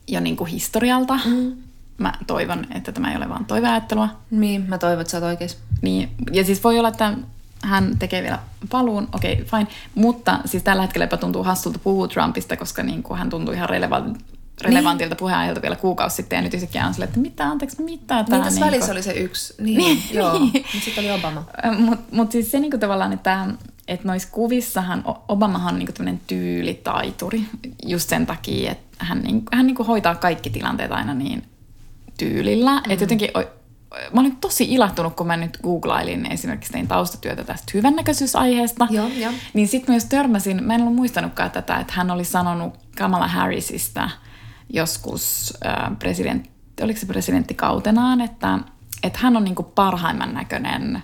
jo niin kuin historialta. Mä toivon, että tämä ei ole vaan toiveajattelua. Niin, mä toivon, että sä oot oikeassa. Niin, ja siis voi olla, että hän tekee vielä paluun, okei, fine. Mutta siis tällä hetkellä tuntuu hassulta puhua Trumpista, koska niin kuin hän tuntui ihan relevantilta puheenaiheelta vielä kuukausi sitten. Ja nyt yhtäkkiä on silleen, että mitä. Niin, tässä välissä oli se yksi. Niin, joo. Mutta sitten oli Obama. Mutta siis se niinku tavallaan, että noissa kuvissahan Obamahan on niinku tämmöinen tyylitaituri. Just sen takia, että hän niinku hoitaa kaikki tilanteet aina niin tyylillä. Että jotenkin mä olin tosi ilahtunut, kun mä nyt googlailin esimerkiksi tein taustatyötä tästä hyvännäköisyysaiheesta. Joo. Niin sit myös törmäsin, mä en ollut muistanutkaan tätä, että hän oli sanonut Kamala Harrisista joskus oliko se presidenttikautenaan, että hän on niinku parhaimman näköinen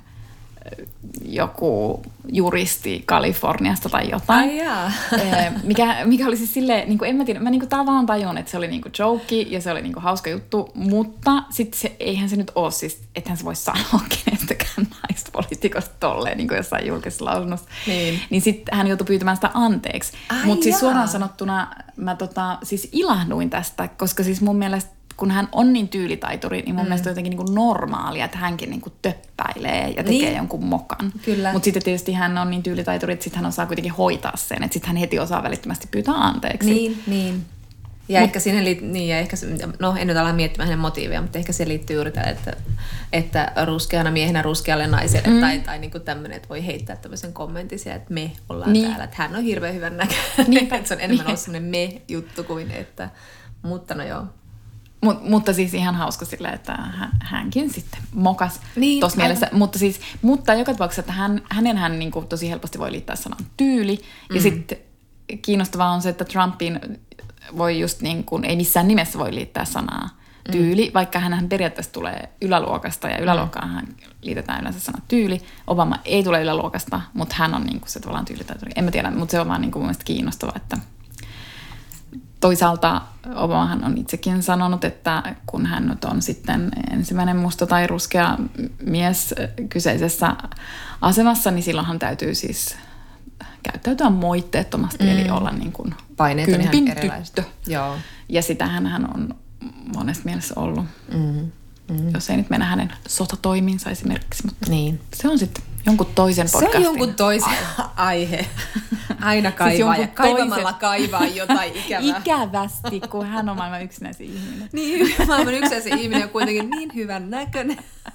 joku juristi Kaliforniasta tai jotain. Mikä oli siis silleen, niin en mä tiedä, mä vaan tajun, että se oli niinku joke ja se oli niinku hauska juttu, mutta sitten eihän se nyt ole siis, ethän se voi sanoa kenestäkään naispoliitikosta tolleen niin jossain julkisessa lausunnossa. Niin sitten hän joutui pyytämään sitä anteeksi. Mutta siis suoraan sanottuna mä siis ilahduin tästä, koska siis mun mielestä kun hän on niin tyylitaituri, niin mun mielestä on jotenkin niin normaalia, että hänkin niin töppäilee ja tekee jonkun mokan. Mutta sitten tietysti hän on niin tyylitaituri, että sitten hän osaa kuitenkin hoitaa sen, että sitten hän heti osaa välittömästi pyytää anteeksi. Niin. Ja ehkä siihen en nyt ala miettimään hänen motiivia, mutta ehkä se liittyy juuri tähän, että ruskeana miehenä ruskealle naiselle tai niin kuin tämmöinen, että voi heittää tämmöisen kommentin siellä, että me ollaan täällä, että hän on hirveän hyvän näköinen. Että se on enemmän ollut semmoinen me-juttu kuin että, mutta no joo. Mutta siis ihan hauska silleen, että hänkin sitten mokas tuossa mielessä. Mutta joka tapauksessa, että hänenhän niin kuin tosi helposti voi liittää sanan tyyli. Ja sitten kiinnostavaa on se, että Trumpin voi just niin kuin, ei missään nimessä voi liittää sanaa tyyli, vaikka hänhän periaatteessa tulee yläluokasta ja yläluokkaan liitetään yleensä sana tyyli. Obama ei tule yläluokasta, mutta hän on niin kuin se tavallaan tyylitaituri. En mä tiedä, mutta se on vaan niin kuin mun mielestä kiinnostavaa, että toisaalta Obamahan on itsekin sanonut, että kun hän nyt on sitten ensimmäinen musta tai ruskea mies kyseisessä asemassa, niin silloinhan täytyy siis käyttäytyä moitteettomasti, eli olla niin kuin kympin tyttö. Joo. Ja sitähän hän on monessa mielessä ollut. Jos ei nyt mennä hänen sotatoiminsa esimerkiksi, mutta se on sitten jonkun toisen podcastin. Se on jonkun toisen aihe. Aina kaivaa siis kaivamalla kaivaa jotain ikävää. Ikävästi, kun hän on maailman yksinäisin ihminen. Niin, maailman yksinäisin ihminen on kuitenkin niin hyvän näköinen.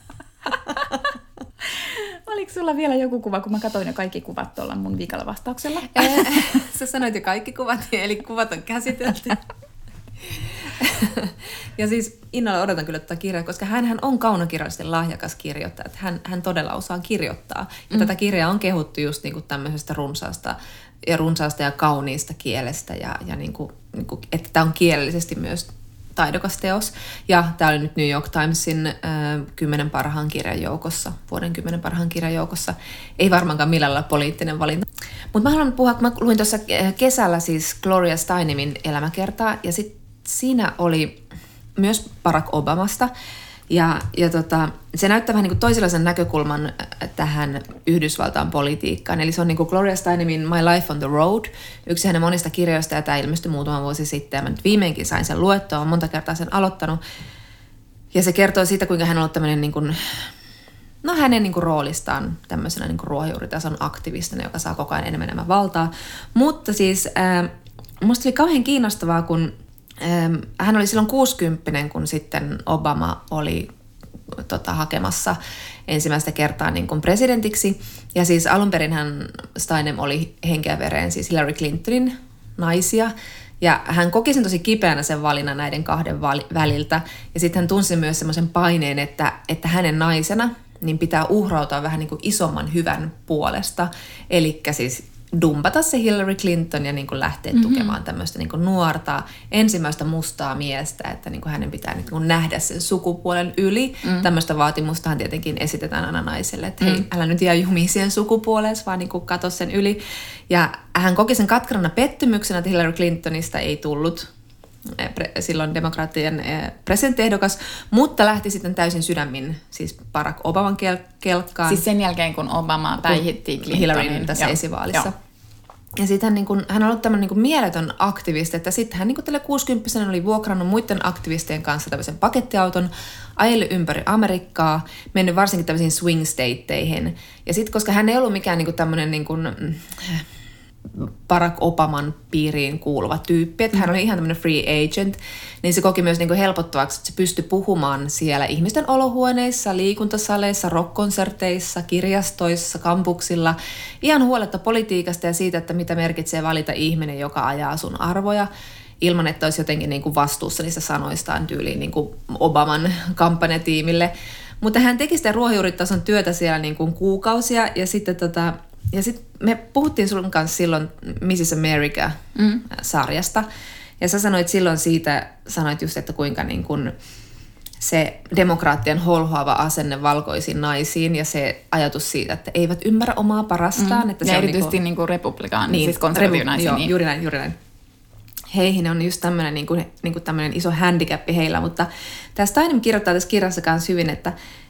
Oliko sulla vielä joku kuva, kun mä katsoin jo kaikki kuvat tuolla mun viikalla vastauksella? Sä sanoit jo kaikki kuvat, eli kuvat on käsitelty. Ja siis innolla odotan kyllä tätä kirjaa, koska hänhän on kaunokirjallisesti lahjakas kirjoittaja. Että hän todella osaa kirjoittaa. Ja tätä kirjaa on kehuttu just niinku tämmöisestä runsaasta ja kauniista kielestä. Ja niinku, että tämä on kielellisesti myös taidokas teos. Ja tämä oli nyt New York Timesin 10 parhaan kirjan joukossa, vuoden 10 parhaan kirjan joukossa. Ei varmaankaan millään lailla poliittinen valinta. Mutta mä haluan puhua, kun mä luin tuossa kesällä siis Gloria Steinemin elämäkertaa. Ja sitten siinä oli myös Barack Obamasta. Ja se näyttää vähän niin kuin toisenlaisen näkökulman tähän Yhdysvaltain politiikkaan. Eli se on niin kuin Gloria Steinemin My Life on the Road, yksi hänen monista kirjoista, ja tämä ilmestyi muutama vuosi sitten. Ja mä nyt viimeinkin sain sen luettua, olen monta kertaa sen aloittanut. Ja se kertoo siitä, kuinka hän on ollut tämmöinen niin kuin, hänen niin kuin roolistaan tämmöisenä niin kuin ruohonjuuritason aktivistina, joka saa koko ajan enemmän valtaa. Mutta siis musta oli kauhean kiinnostavaa, kun hän oli silloin 60, kun sitten Obama oli hakemassa ensimmäistä kertaa niin kuin presidentiksi. Ja siis alun perin Steinem oli henkeä vereen siis Hillary Clintonin naisia. Ja hän koki sen tosi kipeänä sen valinnan näiden kahden väliltä. Ja sitten hän tunsi myös semmoisen paineen, että hänen naisena niin pitää uhrautua vähän niin kuin isomman hyvän puolesta. Elikkä siis dumpata se Hillary Clinton ja niin kuin lähteä tukemaan tämmöistä niin kuin nuorta ensimmäistä mustaa miestä, että niin kuin hänen pitää niin kuin nähdä sen sukupuolen yli. Tämmöistä vaatimustahan tietenkin esitetään aina naiselle, että hei, älä nyt jää jumiin siihen sukupuoleen, vaan niin kuin katso sen yli. Ja hän koki sen katkerana pettymyksenä, että Hillary Clintonista ei tullut silloin demokraattien presidenttiehdokas, mutta lähti sitten täysin sydämin siis Barack Obaman kelkkaan. Siis sen jälkeen, kun Obama päihitti Clintonin. Hillaryn tässä esivaalissa. Ja sitten hän on ollut tämmöinen niin mieletön aktivisti, että sitten hän niin tälle 60-vuotiaana oli vuokrannut muiden aktivistien kanssa tämmöisen pakettiauton, ajellut ympäri Amerikkaa, mennyt varsinkin tämmöisiin swing stateihin. Ja sitten, koska hän ei ollut mikään niin tämmöinen niin Barack Obaman piiriin kuuluva tyyppi, että hän oli ihan tämmöinen free agent, niin se koki myös niin helpottavaksi, että se pystyi puhumaan siellä ihmisten olohuoneissa, liikuntasaleissa, rockkonserteissa, kirjastoissa, kampuksilla, ihan huoletta politiikasta ja siitä, että mitä merkitsee valita ihminen, joka ajaa sun arvoja, ilman että olisi jotenkin niin kuin vastuussa niistä sanoistaan tyyliin niin kuin Obaman kampanjatiimille. Mutta hän teki sitä ruohonjuuritason työtä siellä niin kuin kuukausia ja sitten ja sitten me puhuttiin sun kanssa silloin Mrs. America-sarjasta. Ja sä sanoit silloin siitä, just, että kuinka niin kun se demokraattien holhoava asenne valkoisiin naisiin ja se ajatus siitä, että eivät ymmärrä omaa parastaan. Että ja se erityisesti niin kuin republikaani, niin, siis konservatiivinaisiin. Joo, juuri näin. Heihin on just tämmöinen niin kuin iso handicappi heillä, mutta tämä Steinem kirjoittaa tässä kirjassa kanssa hyvin, että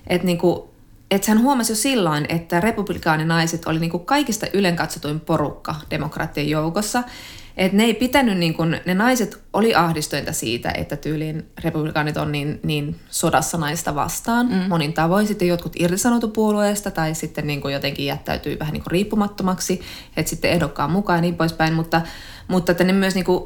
hän huomasi jo silloin, että republikaaninaiset oli niin kuin kaikista ylenkatsotuin porukka demokraattien joukossa. Että ne ei pitänyt, niin kuin, ne naiset oli ahdistuneita siitä, että tyyliin republikaanit on niin sodassa naista vastaan monin tavoin. Sitten jotkut irtisanoutu puolueesta tai sitten niin kuin jotenkin jättäytyi vähän niin kuin riippumattomaksi, että sitten ehdokkaan mukaan ja niin poispäin. Mutta että ne myös niin kuin,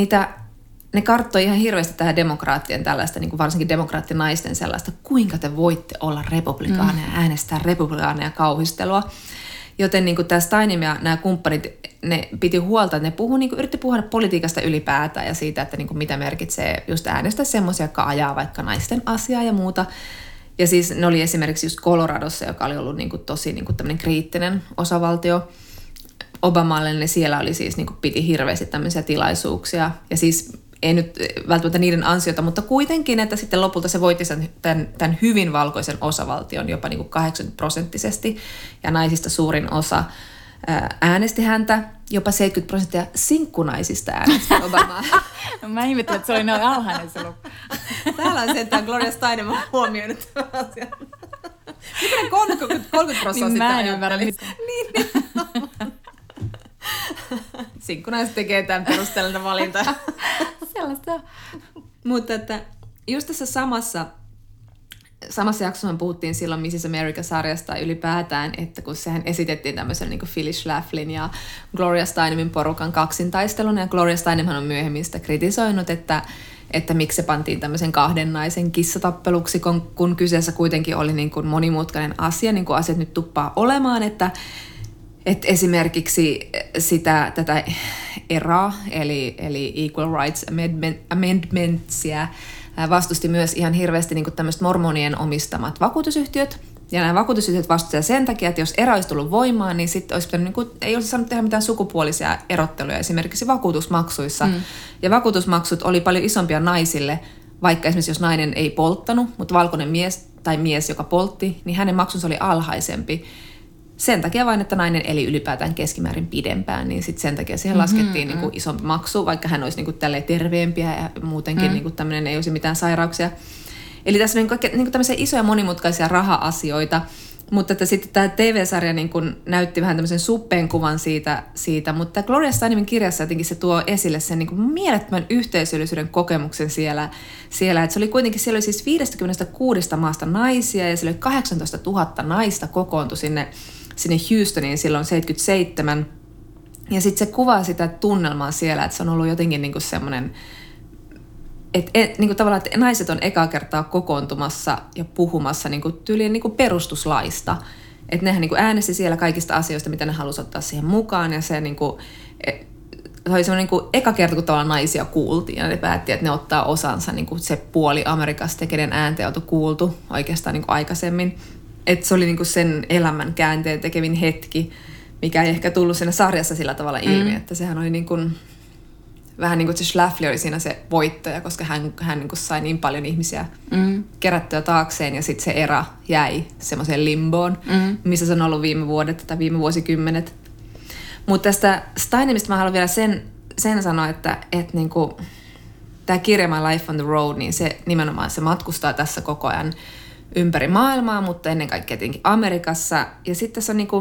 ne karttoi ihan hirveästi tähän demokraattien tällaista, niin kuin varsinkin demokraattinaisten sellaista, kuinka te voitte olla republikaaneja ja äänestää republikaaneja kauhistelua. Joten niin kuin tämä Steinem ja nämä kumppanit, ne piti huolta, että ne yritti puhua politiikasta ylipäätään ja siitä, että niin kuin mitä merkitsee just äänestää semmoisia, jotka ajaa vaikka naisten asiaa ja muuta. Ja siis ne oli esimerkiksi just Coloradossa, joka oli ollut niin kuin tosi niin kuin tämmöinen kriittinen osavaltio Obamalle, niin siellä oli siis niin kuin piti hirveästi tämmöisiä tilaisuuksia. Ja siis ei nyt välttämättä niiden ansiota, mutta kuitenkin, että sitten lopulta se voitti tämän hyvin valkoisen osavaltion jopa niin kuin 80% ja naisista suurin osa äänesti häntä, jopa 70% sinkkunaisista äänesti Obamaa. No mä ihmettelin, että se oli noin alhainen se luku. Täällä on sentään Gloria Steinem on huomioinut tämän asian. Mitä ne 30% sitten mä en ymmärrä. Niin. Sinkkunaiset tekee tämän perusteellinen valinta. Sellaista. Mutta että just tässä samassa jaksossa puhuttiin silloin Mrs. America-sarjasta ylipäätään, että kun sehän esitettiin tämmöisen niin kuin Phyllis Schlaflin ja Gloria Steinemin porukan kaksintaistelun, ja Gloria Steinemhan on myöhemmin sitä kritisoinut, että miksi se pantiin tämmöisen 2 naisen kissatappeluksi, kun kyseessä kuitenkin oli niin kuin monimutkainen asia, niin kuin asiat nyt tuppaa olemaan, että esimerkiksi tätä ERAa, eli Equal Rights Amendmentsia, vastusti myös ihan hirveästi niin kuin tämmöiset mormonien omistamat vakuutusyhtiöt. Ja nämä vakuutusyhtiöt vastustivat sen takia, että jos ERA olisi tullut voimaan, niin sitten olisi pitänyt, niin kuin, ei olisi saanut tehdä mitään sukupuolisia erotteluja esimerkiksi vakuutusmaksuissa. Ja vakuutusmaksut oli paljon isompia naisille, vaikka esimerkiksi jos nainen ei polttanut, mutta valkoinen mies tai mies, joka poltti, niin hänen maksunsa oli alhaisempi. Sen takia vain, että nainen eli ylipäätään keskimäärin pidempään, niin sitten sen takia siihen laskettiin niin kuin isompi maksu, vaikka hän olisi niin kuin tälleen terveempiä ja muutenkin niin kuin tämmöinen ei olisi mitään sairauksia. Eli tässä on niin kuin tämmöisiä isoja monimutkaisia raha-asioita, mutta että sitten tämä TV-sarja niin kuin näytti vähän tämmöisen suppeen kuvan siitä, mutta Gloria Steinemin kirjassa jotenkin se tuo esille sen niin kuin mielettömän yhteisöllisyyden kokemuksen siellä, että se oli kuitenkin, siellä oli siis 56 maasta naisia ja siellä oli 18 000 naista kokoontui sinne Houstoniin silloin 77. Ja sitten se kuvaa sitä tunnelmaa siellä, että se on ollut jotenkin niin kuin semmoinen, niin kuin tavallaan, että naiset on ekaa kertaa kokoontumassa ja puhumassa niin kuin tyyliin niin kuin perustuslaista. Että nehän niin kuin äänesti siellä kaikista asioista, mitä ne halusi ottaa siihen mukaan. Ja se, niin kuin, se oli semmoinen niin kuin eka kerta, kun tavallaan naisia kuultiin. Ja ne päätti, että ne ottaa osansa niin kuin se puoli Amerikasta, kenen ääntä ei oltu kuultu oikeastaan niin kuin aikaisemmin. Että se oli niin kuin sen elämän käänteen tekevin hetki, mikä ei ehkä tullut siinä sarjassa sillä tavalla ilmi. Että sehän oli niin kuin vähän niin kuin se Schlafly oli siinä se voittaja, koska hän niin kuin sai niin paljon ihmisiä kerättyä taakseen ja sitten se ERA jäi semmoiseen limboon, missä se on ollut viime vuodet tai viime vuosikymmenet. Mutta tästä Steinemista mä haluan vielä sen sanoa, että niin kuin tämä kirja My Life on the Road, niin se nimenomaan se matkustaa tässä koko ajan ympäri maailmaa, mutta ennen kaikkea tietenkin Amerikassa. Ja sitten tässä on niin kuin,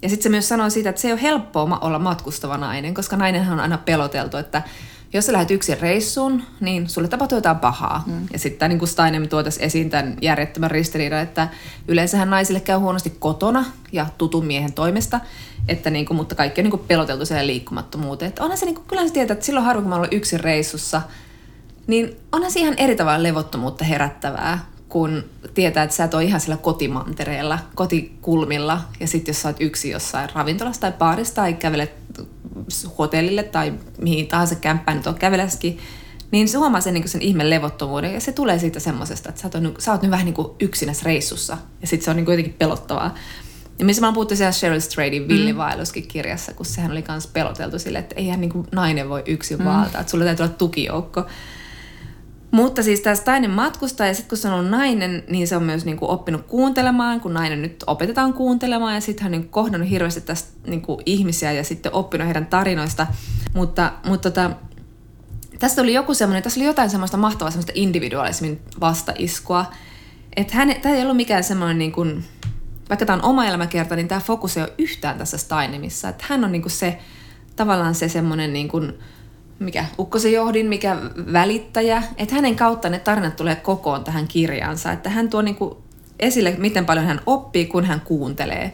Ja sitten se myös sanoo siitä, että se ei ole helppoa olla matkustava nainen, koska nainenhan on aina peloteltu, että jos sä lähdet yksin reissuun, niin sulle tapahtuu jotain pahaa. Ja sitten niin kuin Steinem tuo tässä esiin tämän järjettömän ristiriidan, että yleensähän naisille käy huonosti kotona ja tutun miehen toimesta, että niin kuin, mutta kaikki on niin kuin peloteltu siellä liikkumattomuuteen. Että onhan se, niin kuin, kyllähän se tietää, että silloin harvoin kun mä olen yksin reissussa, niin onhan se ihan eri tavalla levottomuutta herättävää, kun tietää, että sä et ole ihan siellä kotimantereella, kotikulmilla, ja sitten jos sä oot yksin jossain ravintolassa tai baarissa tai kävelet hotellille tai mihin tahansa kämppään nyt on käveläskin, niin se huomaa sen ihme levottomuuden, ja se tulee siitä semmosesta, että sä oot nyt vähän niin kuin yksinäs reissussa, ja sitten se on niin kuin jotenkin pelottavaa. Ja missä mä oon puhuttu siellä Cheryl Stradin Villivaelluskin kirjassa, kun sehän oli myös peloteltu sille, että eihän niin kuin nainen voi yksin vaeltaa, että sulla täytyy olla tukijoukko. Mutta siis tämä Steinem matkustaa, ja sitten kun se on ollut nainen, niin se on myös niinku oppinut kuuntelemaan, kun nainen nyt opetetaan kuuntelemaan, ja sitten hän on niinku kohdannut hirveästi tästä niinku ihmisiä ja sitten oppinut heidän tarinoista. Mutta tässä oli joku semmoinen, tässä oli jotain semmoista mahtavaa semmoista individualismin vastaiskua, että tämä ei ollut mikään semmoinen, niinku, vaikka tämä on oma elämäkerta, niin tämä fokus ei ole yhtään tässä Steinemissa, että hän on niinku se, tavallaan se semmoinen niinku, mikä ukkosen johdin, mikä välittäjä, että hänen kautta ne tarinat tulee kokoon tähän kirjaansa, että hän tuo niinku esille, miten paljon hän oppii, kun hän kuuntelee.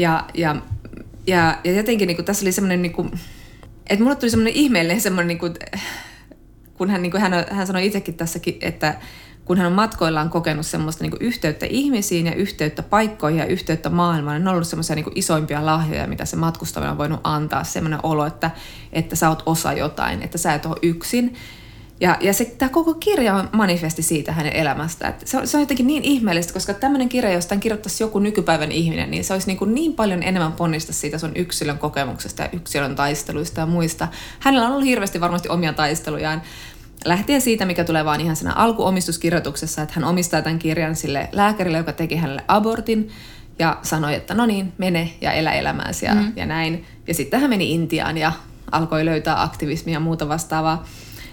Ja jotenkin niinku tässä oli semmoinen, niinku, että mulle tuli semmoinen ihmeellinen semmoinen, niinku, kun hän sanoi itsekin tässäkin, että kun hän on matkoillaan kokenut semmoista niinku yhteyttä ihmisiin ja yhteyttä paikkoihin ja yhteyttä maailmaan, niin ne on ollut semmoisia niinku isoimpia lahjoja, mitä se matkustaminen on voinut antaa. Semmoinen olo, että sä oot osa jotain, että sä et ole yksin. Ja tämä koko kirja on manifesti siitä hänen elämästä. Että se on jotenkin niin ihmeellistä, koska tämmöinen kirja, jos tämän kirjoittaisi joku nykypäivän ihminen, niin se olisi niin paljon enemmän ponnista siitä sun yksilön kokemuksesta ja yksilön taisteluista ja muista. Hänellä on ollut hirveästi varmasti omia taistelujaan. Lähtien siitä, mikä tulee vaan ihan siinä alkuomistuskirjoituksessa, että hän omistaa tämän kirjan sille lääkärille, joka teki hänelle abortin ja sanoi, että no niin, mene ja elä elämääsi ja näin. Ja sitten hän meni Intiaan ja alkoi löytää aktivismia ja muuta vastaavaa.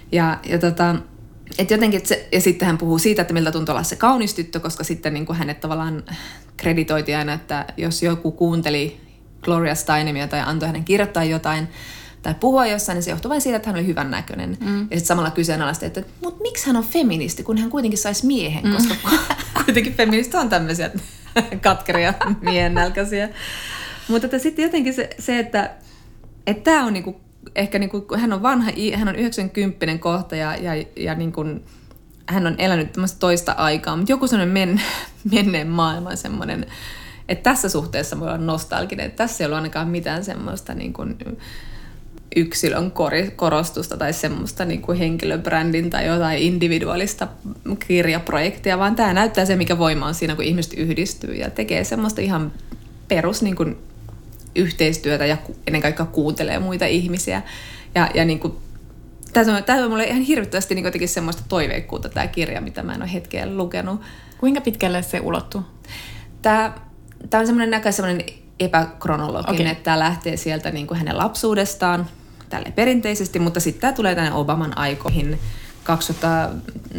Et jotenkin, ja sitten hän puhuu siitä, että miltä tuntuu olla se kaunis tyttö, koska sitten niin kuin hänet tavallaan kreditoitiin aina, että jos joku kuunteli Gloria Steinemia tai antoi hänen kirjoittaa jotain, tai puhua jossain, niin se johtui vain siitä, että hän oli hyvän näköinen. Ja sitten samalla kyseenalaisesti, että mutta miksi hän on feministi, kun hän kuitenkin saisi miehen, koska kuitenkin feministi on tämmöisiä katkeria miehennälkäisiä. Mutta sitten jotenkin se että tämä on niinku, ehkä niinku, hän on vanha, hän on 90 kohta ja niinku, hän on elänyt tämmöistä toista aikaa, mutta joku semmoinen menneen maailman semmoinen, että tässä suhteessa voi olla nostalginen, että tässä ei ollut ainakaan mitään semmoista niinku, yksilön korostusta tai semmoista niin kuin henkilöbrändin tai jotain individuaalista kirjaprojektia, vaan tämä näyttää se, mikä voima on siinä, kun ihmiset yhdistyy ja tekee semmoista ihan perus niin kuin yhteistyötä ja ennen kaikkea kuuntelee muita ihmisiä. Ja niin kuin, tämä on mulle ihan hirvittävästi niin jotenkin semmoista toiveikkuutta tämä kirja, mitä mä en ole hetkeen lukenut. Kuinka pitkälle se ulottuu? Tämä on semmoinen epäkronologinen, että tämä lähtee sieltä niin kuin hänen lapsuudestaan tälle perinteisesti, mutta sitten tämä tulee tänne Obaman aikoihin 2000,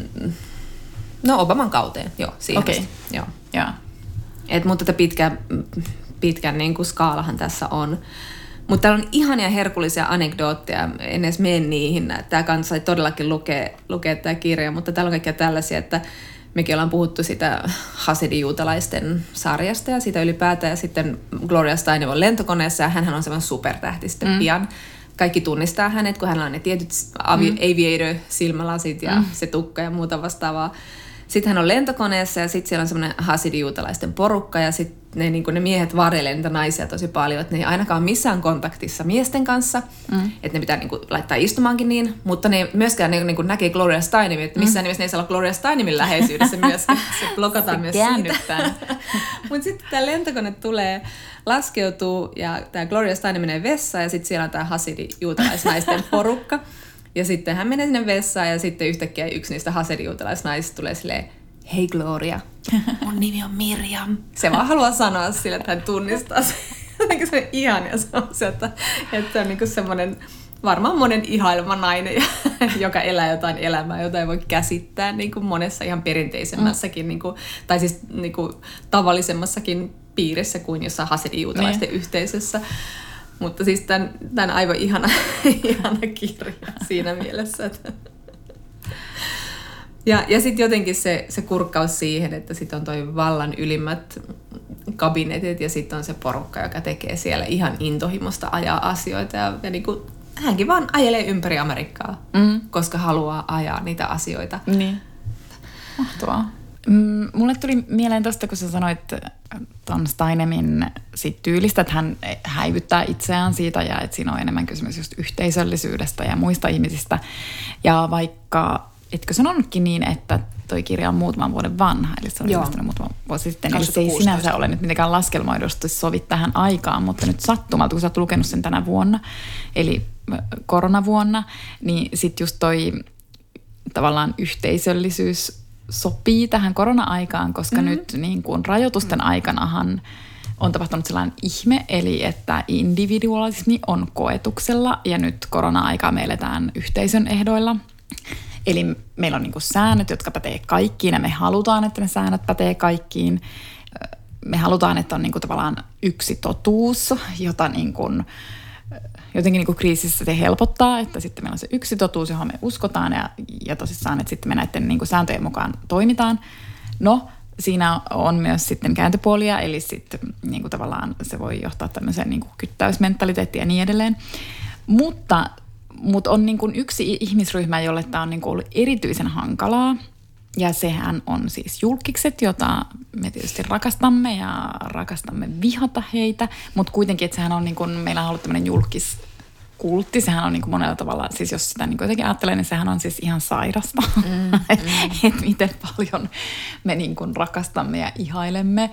Obaman kauteen, joo, siihen asti. Joo. Mutta tämä pitkän niin kuin skaalahan tässä on. Mutta täällä on ihania herkullisia anekdootteja, en edes mene niihin. Tämä kannattaa todellakin lukea tämä kirja, mutta täällä on kaikkia tällaisia, että mekin ollaan puhuttu sitä Hasidi-juutalaisten sarjasta ja siitä ylipäätään. Ja sitten Gloria Steinem on lentokoneessa ja hänhän on semmoinen supertähti sitten pian. Kaikki tunnistaa hänet, kun hänellä on ne tietyt aviator-silmälasit ja se tukka ja muuta vastaavaa. Sitten hän on lentokoneessa ja sitten siellä on semmoinen Hasidi-juutalaisten porukka ja sitten ne miehet varjelee niitä naisia tosi paljon, että ne ei ainakaan ole missään kontaktissa miesten kanssa, että ne pitää niinku laittaa istumaankin niin, mutta ne myöskään näkee Gloria Steinemin, että missään nimessä ne ei saa olla Gloria Steinemin läheisyydessä myöskään, se blokataan myös siitä. Mutta sitten tämä lentokone laskeutuu ja tämä Gloria Steinem menee vessaan ja sitten siellä on tämä Hasidi-juutalaisnaisten porukka. Ja sitten hän menee sinne vessaan ja sitten yhtäkkiä yksi niistä Hasidi-juutalaisnaisista tulee silleen, hei Gloria, mun nimi on Miriam. Se vaan haluaa sanoa sille, että hän tunnistaa sen. Jotenkin se on ihania semmoisia, että se on niinku semmoinen varmaan monen ihailma nainen, joka elää jotain elämää, jota ei voi käsittää niin kuin monessa ihan perinteisemmässäkin, niin kuin, tai siis niin kuin tavallisemmassakin piirissä kuin jossain hasedijuutalaisten yhteisössä. Mutta siis tämän aivan ihana kirja siinä mielessä. Että. Ja sitten jotenkin se kurkkaus siihen, että sitten on toi vallan ylimmät kabinetit ja sitten on se porukka, joka tekee siellä ihan intohimosta ajaa asioita. Ja niin kuin, hänkin vaan ajelee ympäri Amerikkaa, koska haluaa ajaa niitä asioita. Niin. Mahtavaa. Mulle tuli mieleen tosta, kun sä sanoit ton Steinemin siitä tyylistä, että hän häivyttää itseään siitä ja että siinä on enemmän kysymys just yhteisöllisyydestä ja muista ihmisistä. Ja vaikka, etkö sanonutkin niin, että toi kirja on muutaman vuoden vanha, eli se oli ilmestynyt muutama vuosi sitten, eli se ei sinänsä ole nyt mitenkään laskelmoidusti sovi tähän aikaan, mutta nyt sattumalta, kun sä oot lukenut sen tänä vuonna, eli koronavuonna, niin sit just toi tavallaan yhteisöllisyys sopii tähän korona-aikaan, koska nyt niin kuin rajoitusten aikanahan on tapahtunut sellainen ihme, eli että individualismi on koetuksella ja nyt korona-aikaa me eletään yhteisön ehdoilla. Eli meillä on niin kuin säännöt, jotka pätee kaikkiin ja me halutaan, että ne säännöt pätee kaikkiin. Me halutaan, että on niin kuin tavallaan yksi totuus, jota niin kuin jotenkin niin kuin kriisissä se helpottaa, että sitten meillä on se yksi totuus, johon me uskotaan ja tosissaan, että sitten me näiden niin kuin sääntöjen mukaan toimitaan. No, siinä on myös sitten kääntöpuolia, eli sitten niin kuin tavallaan se voi johtaa tämmöiseen niin kuin kyttäysmentaliteettiin ja niin edelleen. Mutta on niin kuin yksi ihmisryhmä, jolle tämä on niin kuin ollut erityisen hankalaa, ja sehän on siis julkikset, jota me tietysti rakastamme ja rakastamme vihata heitä, mutta kuitenkin, että sehän on niin kuin, meillä on ollut tämmöinen julkiskultti, sehän on niin kuin monella tavalla, siis jos sitä niin kuin jotenkin ajattelee, niin sehän on siis ihan sairasta, että miten paljon me niin kuin rakastamme ja ihailemme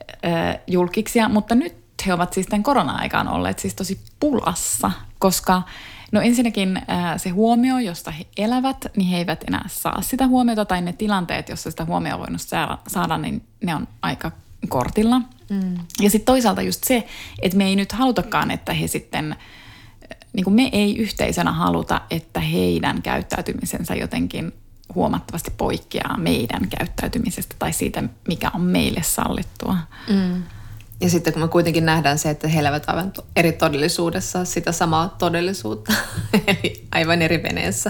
julkiksia, mutta nyt he ovat siis tämän korona-aikaan olleet siis tosi pulassa, koska no ensinnäkin se huomio, josta he elävät, niin he eivät enää saa sitä huomiota, tai ne tilanteet, jossa sitä huomioon on voinut saada, niin ne on aika kortilla. Ja sitten toisaalta just se, että me ei nyt halutakaan, että he sitten, niin kuin me ei yhteisönä haluta, että heidän käyttäytymisensä jotenkin huomattavasti poikkeaa meidän käyttäytymisestä tai siitä, mikä on meille sallittua. Ja sitten kun me kuitenkin nähdään se, että he elävät aivan eri todellisuudessa, sitä samaa todellisuutta, eli aivan eri veneessä.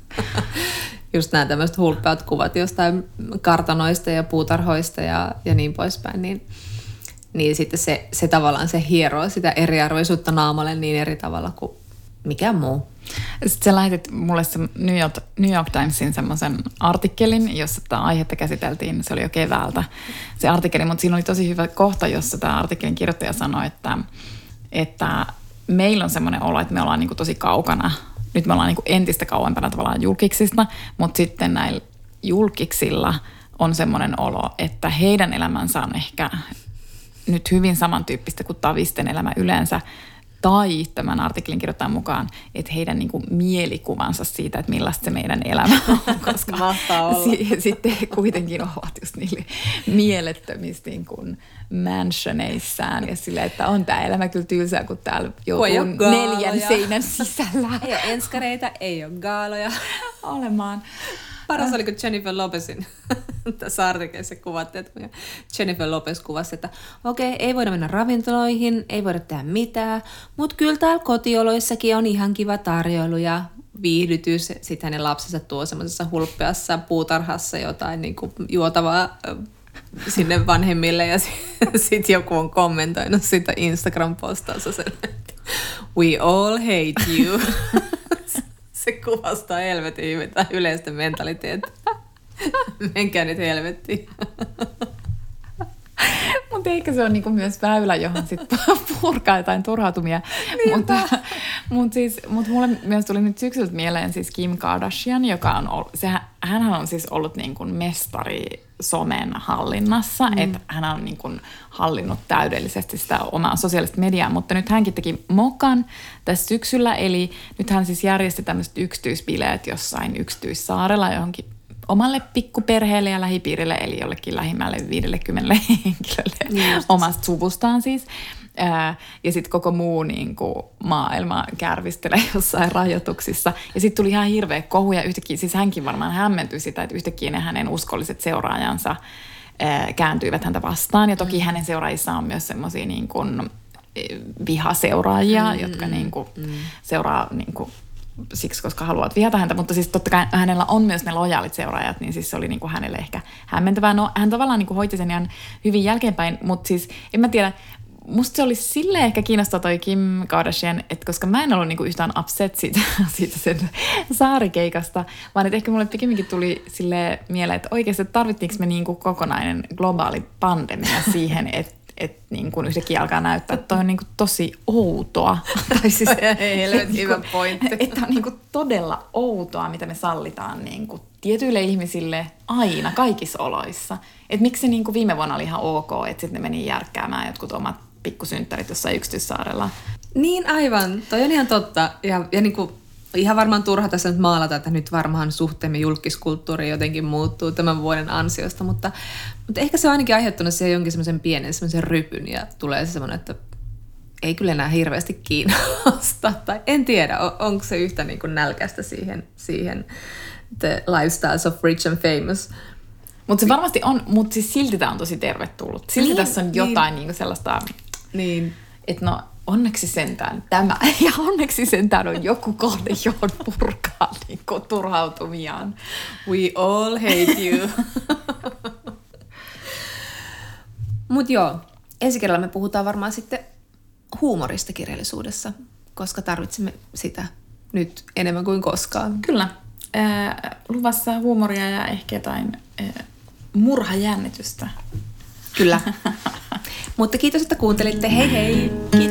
Just nämä tämmöiset hulppeat kuvat jostain kartanoista ja puutarhoista ja niin poispäin, niin sitten se tavallaan se hieroo sitä eriarvoisuutta naamalle niin eri tavalla kuin mikään muu. Sitten sä lähetit mulle se New York Timesin semmoisen artikkelin, jossa tätä aihetta käsiteltiin. Se oli jo keväältä se artikkeli, mutta siinä oli tosi hyvä kohta, jossa tämä artikkelin kirjoittaja sanoi, että meillä on semmoinen olo, että me ollaan niin kuin tosi kaukana. Nyt me ollaan niin kuin entistä kauempana tavallaan julkiksista, mutta sitten näillä julkiksilla on semmoinen olo, että heidän elämänsä on ehkä nyt hyvin samantyyppistä kuin tavisten elämä yleensä. Tai tämän artikkelin kirjoittajan mukaan, että heidän niin kuin mielikuvansa siitä, että millaista se meidän elämä on, koska sitten kuitenkin ovat just niille mielettömistä niin kuin mansioneissaan ja silleen, että on tämä elämä kyllä tylsää, kun täällä joutuu 4 seinän sisällä. Ei ole enskareita, ei ole gaaloja. Olemaan. Paras oliko Jennifer Lopezin tässä artikkelissa kuvattiin, että Jennifer Lopez kuvasi, että okei, ei voida mennä ravintoloihin, ei voida tehdä mitään, mutta kyllä täällä kotioloissakin on ihan kiva tarjoilu ja viihdytys. Sitten hänen lapsensa tuo semmoisessa hulppeassa puutarhassa jotain niin kuin juotavaa sinne vanhemmille ja sitten joku on kommentoinut sitä Instagram-postausta, että we all hate you. Se kuvastaa helvetin hyvin yleistä mentaliteettia. Menkää nyt helvettiin. Mutta ehkä se on niinku myös väylä, johon sitten purkaa jotain turhautumia. Mutta mulle myös tuli nyt syksyltä mieleen siis Kim Kardashian, joka on ollut, hänhän on siis ollut niin kuin mestari somen hallinnassa, että hän on niin kuin hallinnut täydellisesti sitä omaa sosiaalista mediaa, mutta nyt hänkin teki mokan tässä syksyllä, eli nyt hän siis järjesti tämmöiset yksityisbileet jossain yksityissaarella johonkin omalle pikkuperheelle ja lähipiirille, eli jollekin lähimmälle 50 henkilölle niin omasta suvustaan siis. Ja sitten koko muu niin kuin maailma kärvistelee jossain rajoituksissa. Ja sitten tuli ihan hirveä kohu ja yhtäkkiä, siis hänkin varmaan hämmentyi sitä, että yhtäkkiä ne hänen uskolliset seuraajansa kääntyivät häntä vastaan. Ja toki hänen seuraajissaan on myös semmoisia niin kuin vihaseuraajia, jotka niin kuin seuraa niin kuin siksi, koska haluavat vihata häntä, mutta siis totta kai hänellä on myös ne lojaalit seuraajat, niin siis se oli niin kuin hänelle ehkä hämmentävää. No hän tavallaan niin kuin hoiti sen ihan hyvin jälkeenpäin, mutta siis en mä tiedä, musta se oli silleen ehkä kiinnostaa toi Kim Kardashian, että koska mä en ollut niinku yhtään upset siitä sen saarikeikasta, vaan että ehkä mulle pikemminkin tuli silleen mieleen, että oikeasti tarvittiinko me niinku kokonainen globaali pandemia siihen, että niin kuin yhtäkkiä alkaa näyttää, että toi on niin kuin tosi outoa. Tai siis, hyvä pointti. Että on niin kuin todella outoa, mitä me sallitaan niin kuin tietyille ihmisille aina, kaikissa oloissa. Että miksi se niin kuin viime vuonna oli ihan ok, että sitten ne meni järkkäämään jotkut omat pikkusynttärit jossain yksityissaarella. Niin aivan, toi on ihan totta. Ja niin kuin ihan varmaan turha tässä nyt maalata, että nyt varmaan suhteemme julkiskulttuuri jotenkin muuttuu tämän vuoden ansiosta, mutta ehkä se on ainakin aiheuttanut siihen jonkin semmoisen pienen semmoisen rypyn ja tulee se semmoinen, että ei kyllä enää hirveästi kiinnosta. Tai en tiedä, onko se yhtä niin kuin nälkäistä siihen the lifestyles of rich and famous. Mutta se varmasti on, mutta siis silti tämä on tosi tervetullut. Silti niin, tässä on jotain niin kuin sellaista, niin. Että no onneksi sentään tämä ja onneksi sentään on joku kohde, johon purkaa niin kuin turhautumiaan. We all hate you. Mut joo, ensi kerralla me puhutaan varmaan sitten huumorista kirjallisuudessa, koska tarvitsemme sitä nyt enemmän kuin koskaan. Kyllä. Luvassa huumoria ja ehkä jotain murhajännitystä. Kyllä. Mutta kiitos, että kuuntelitte. Hei hei!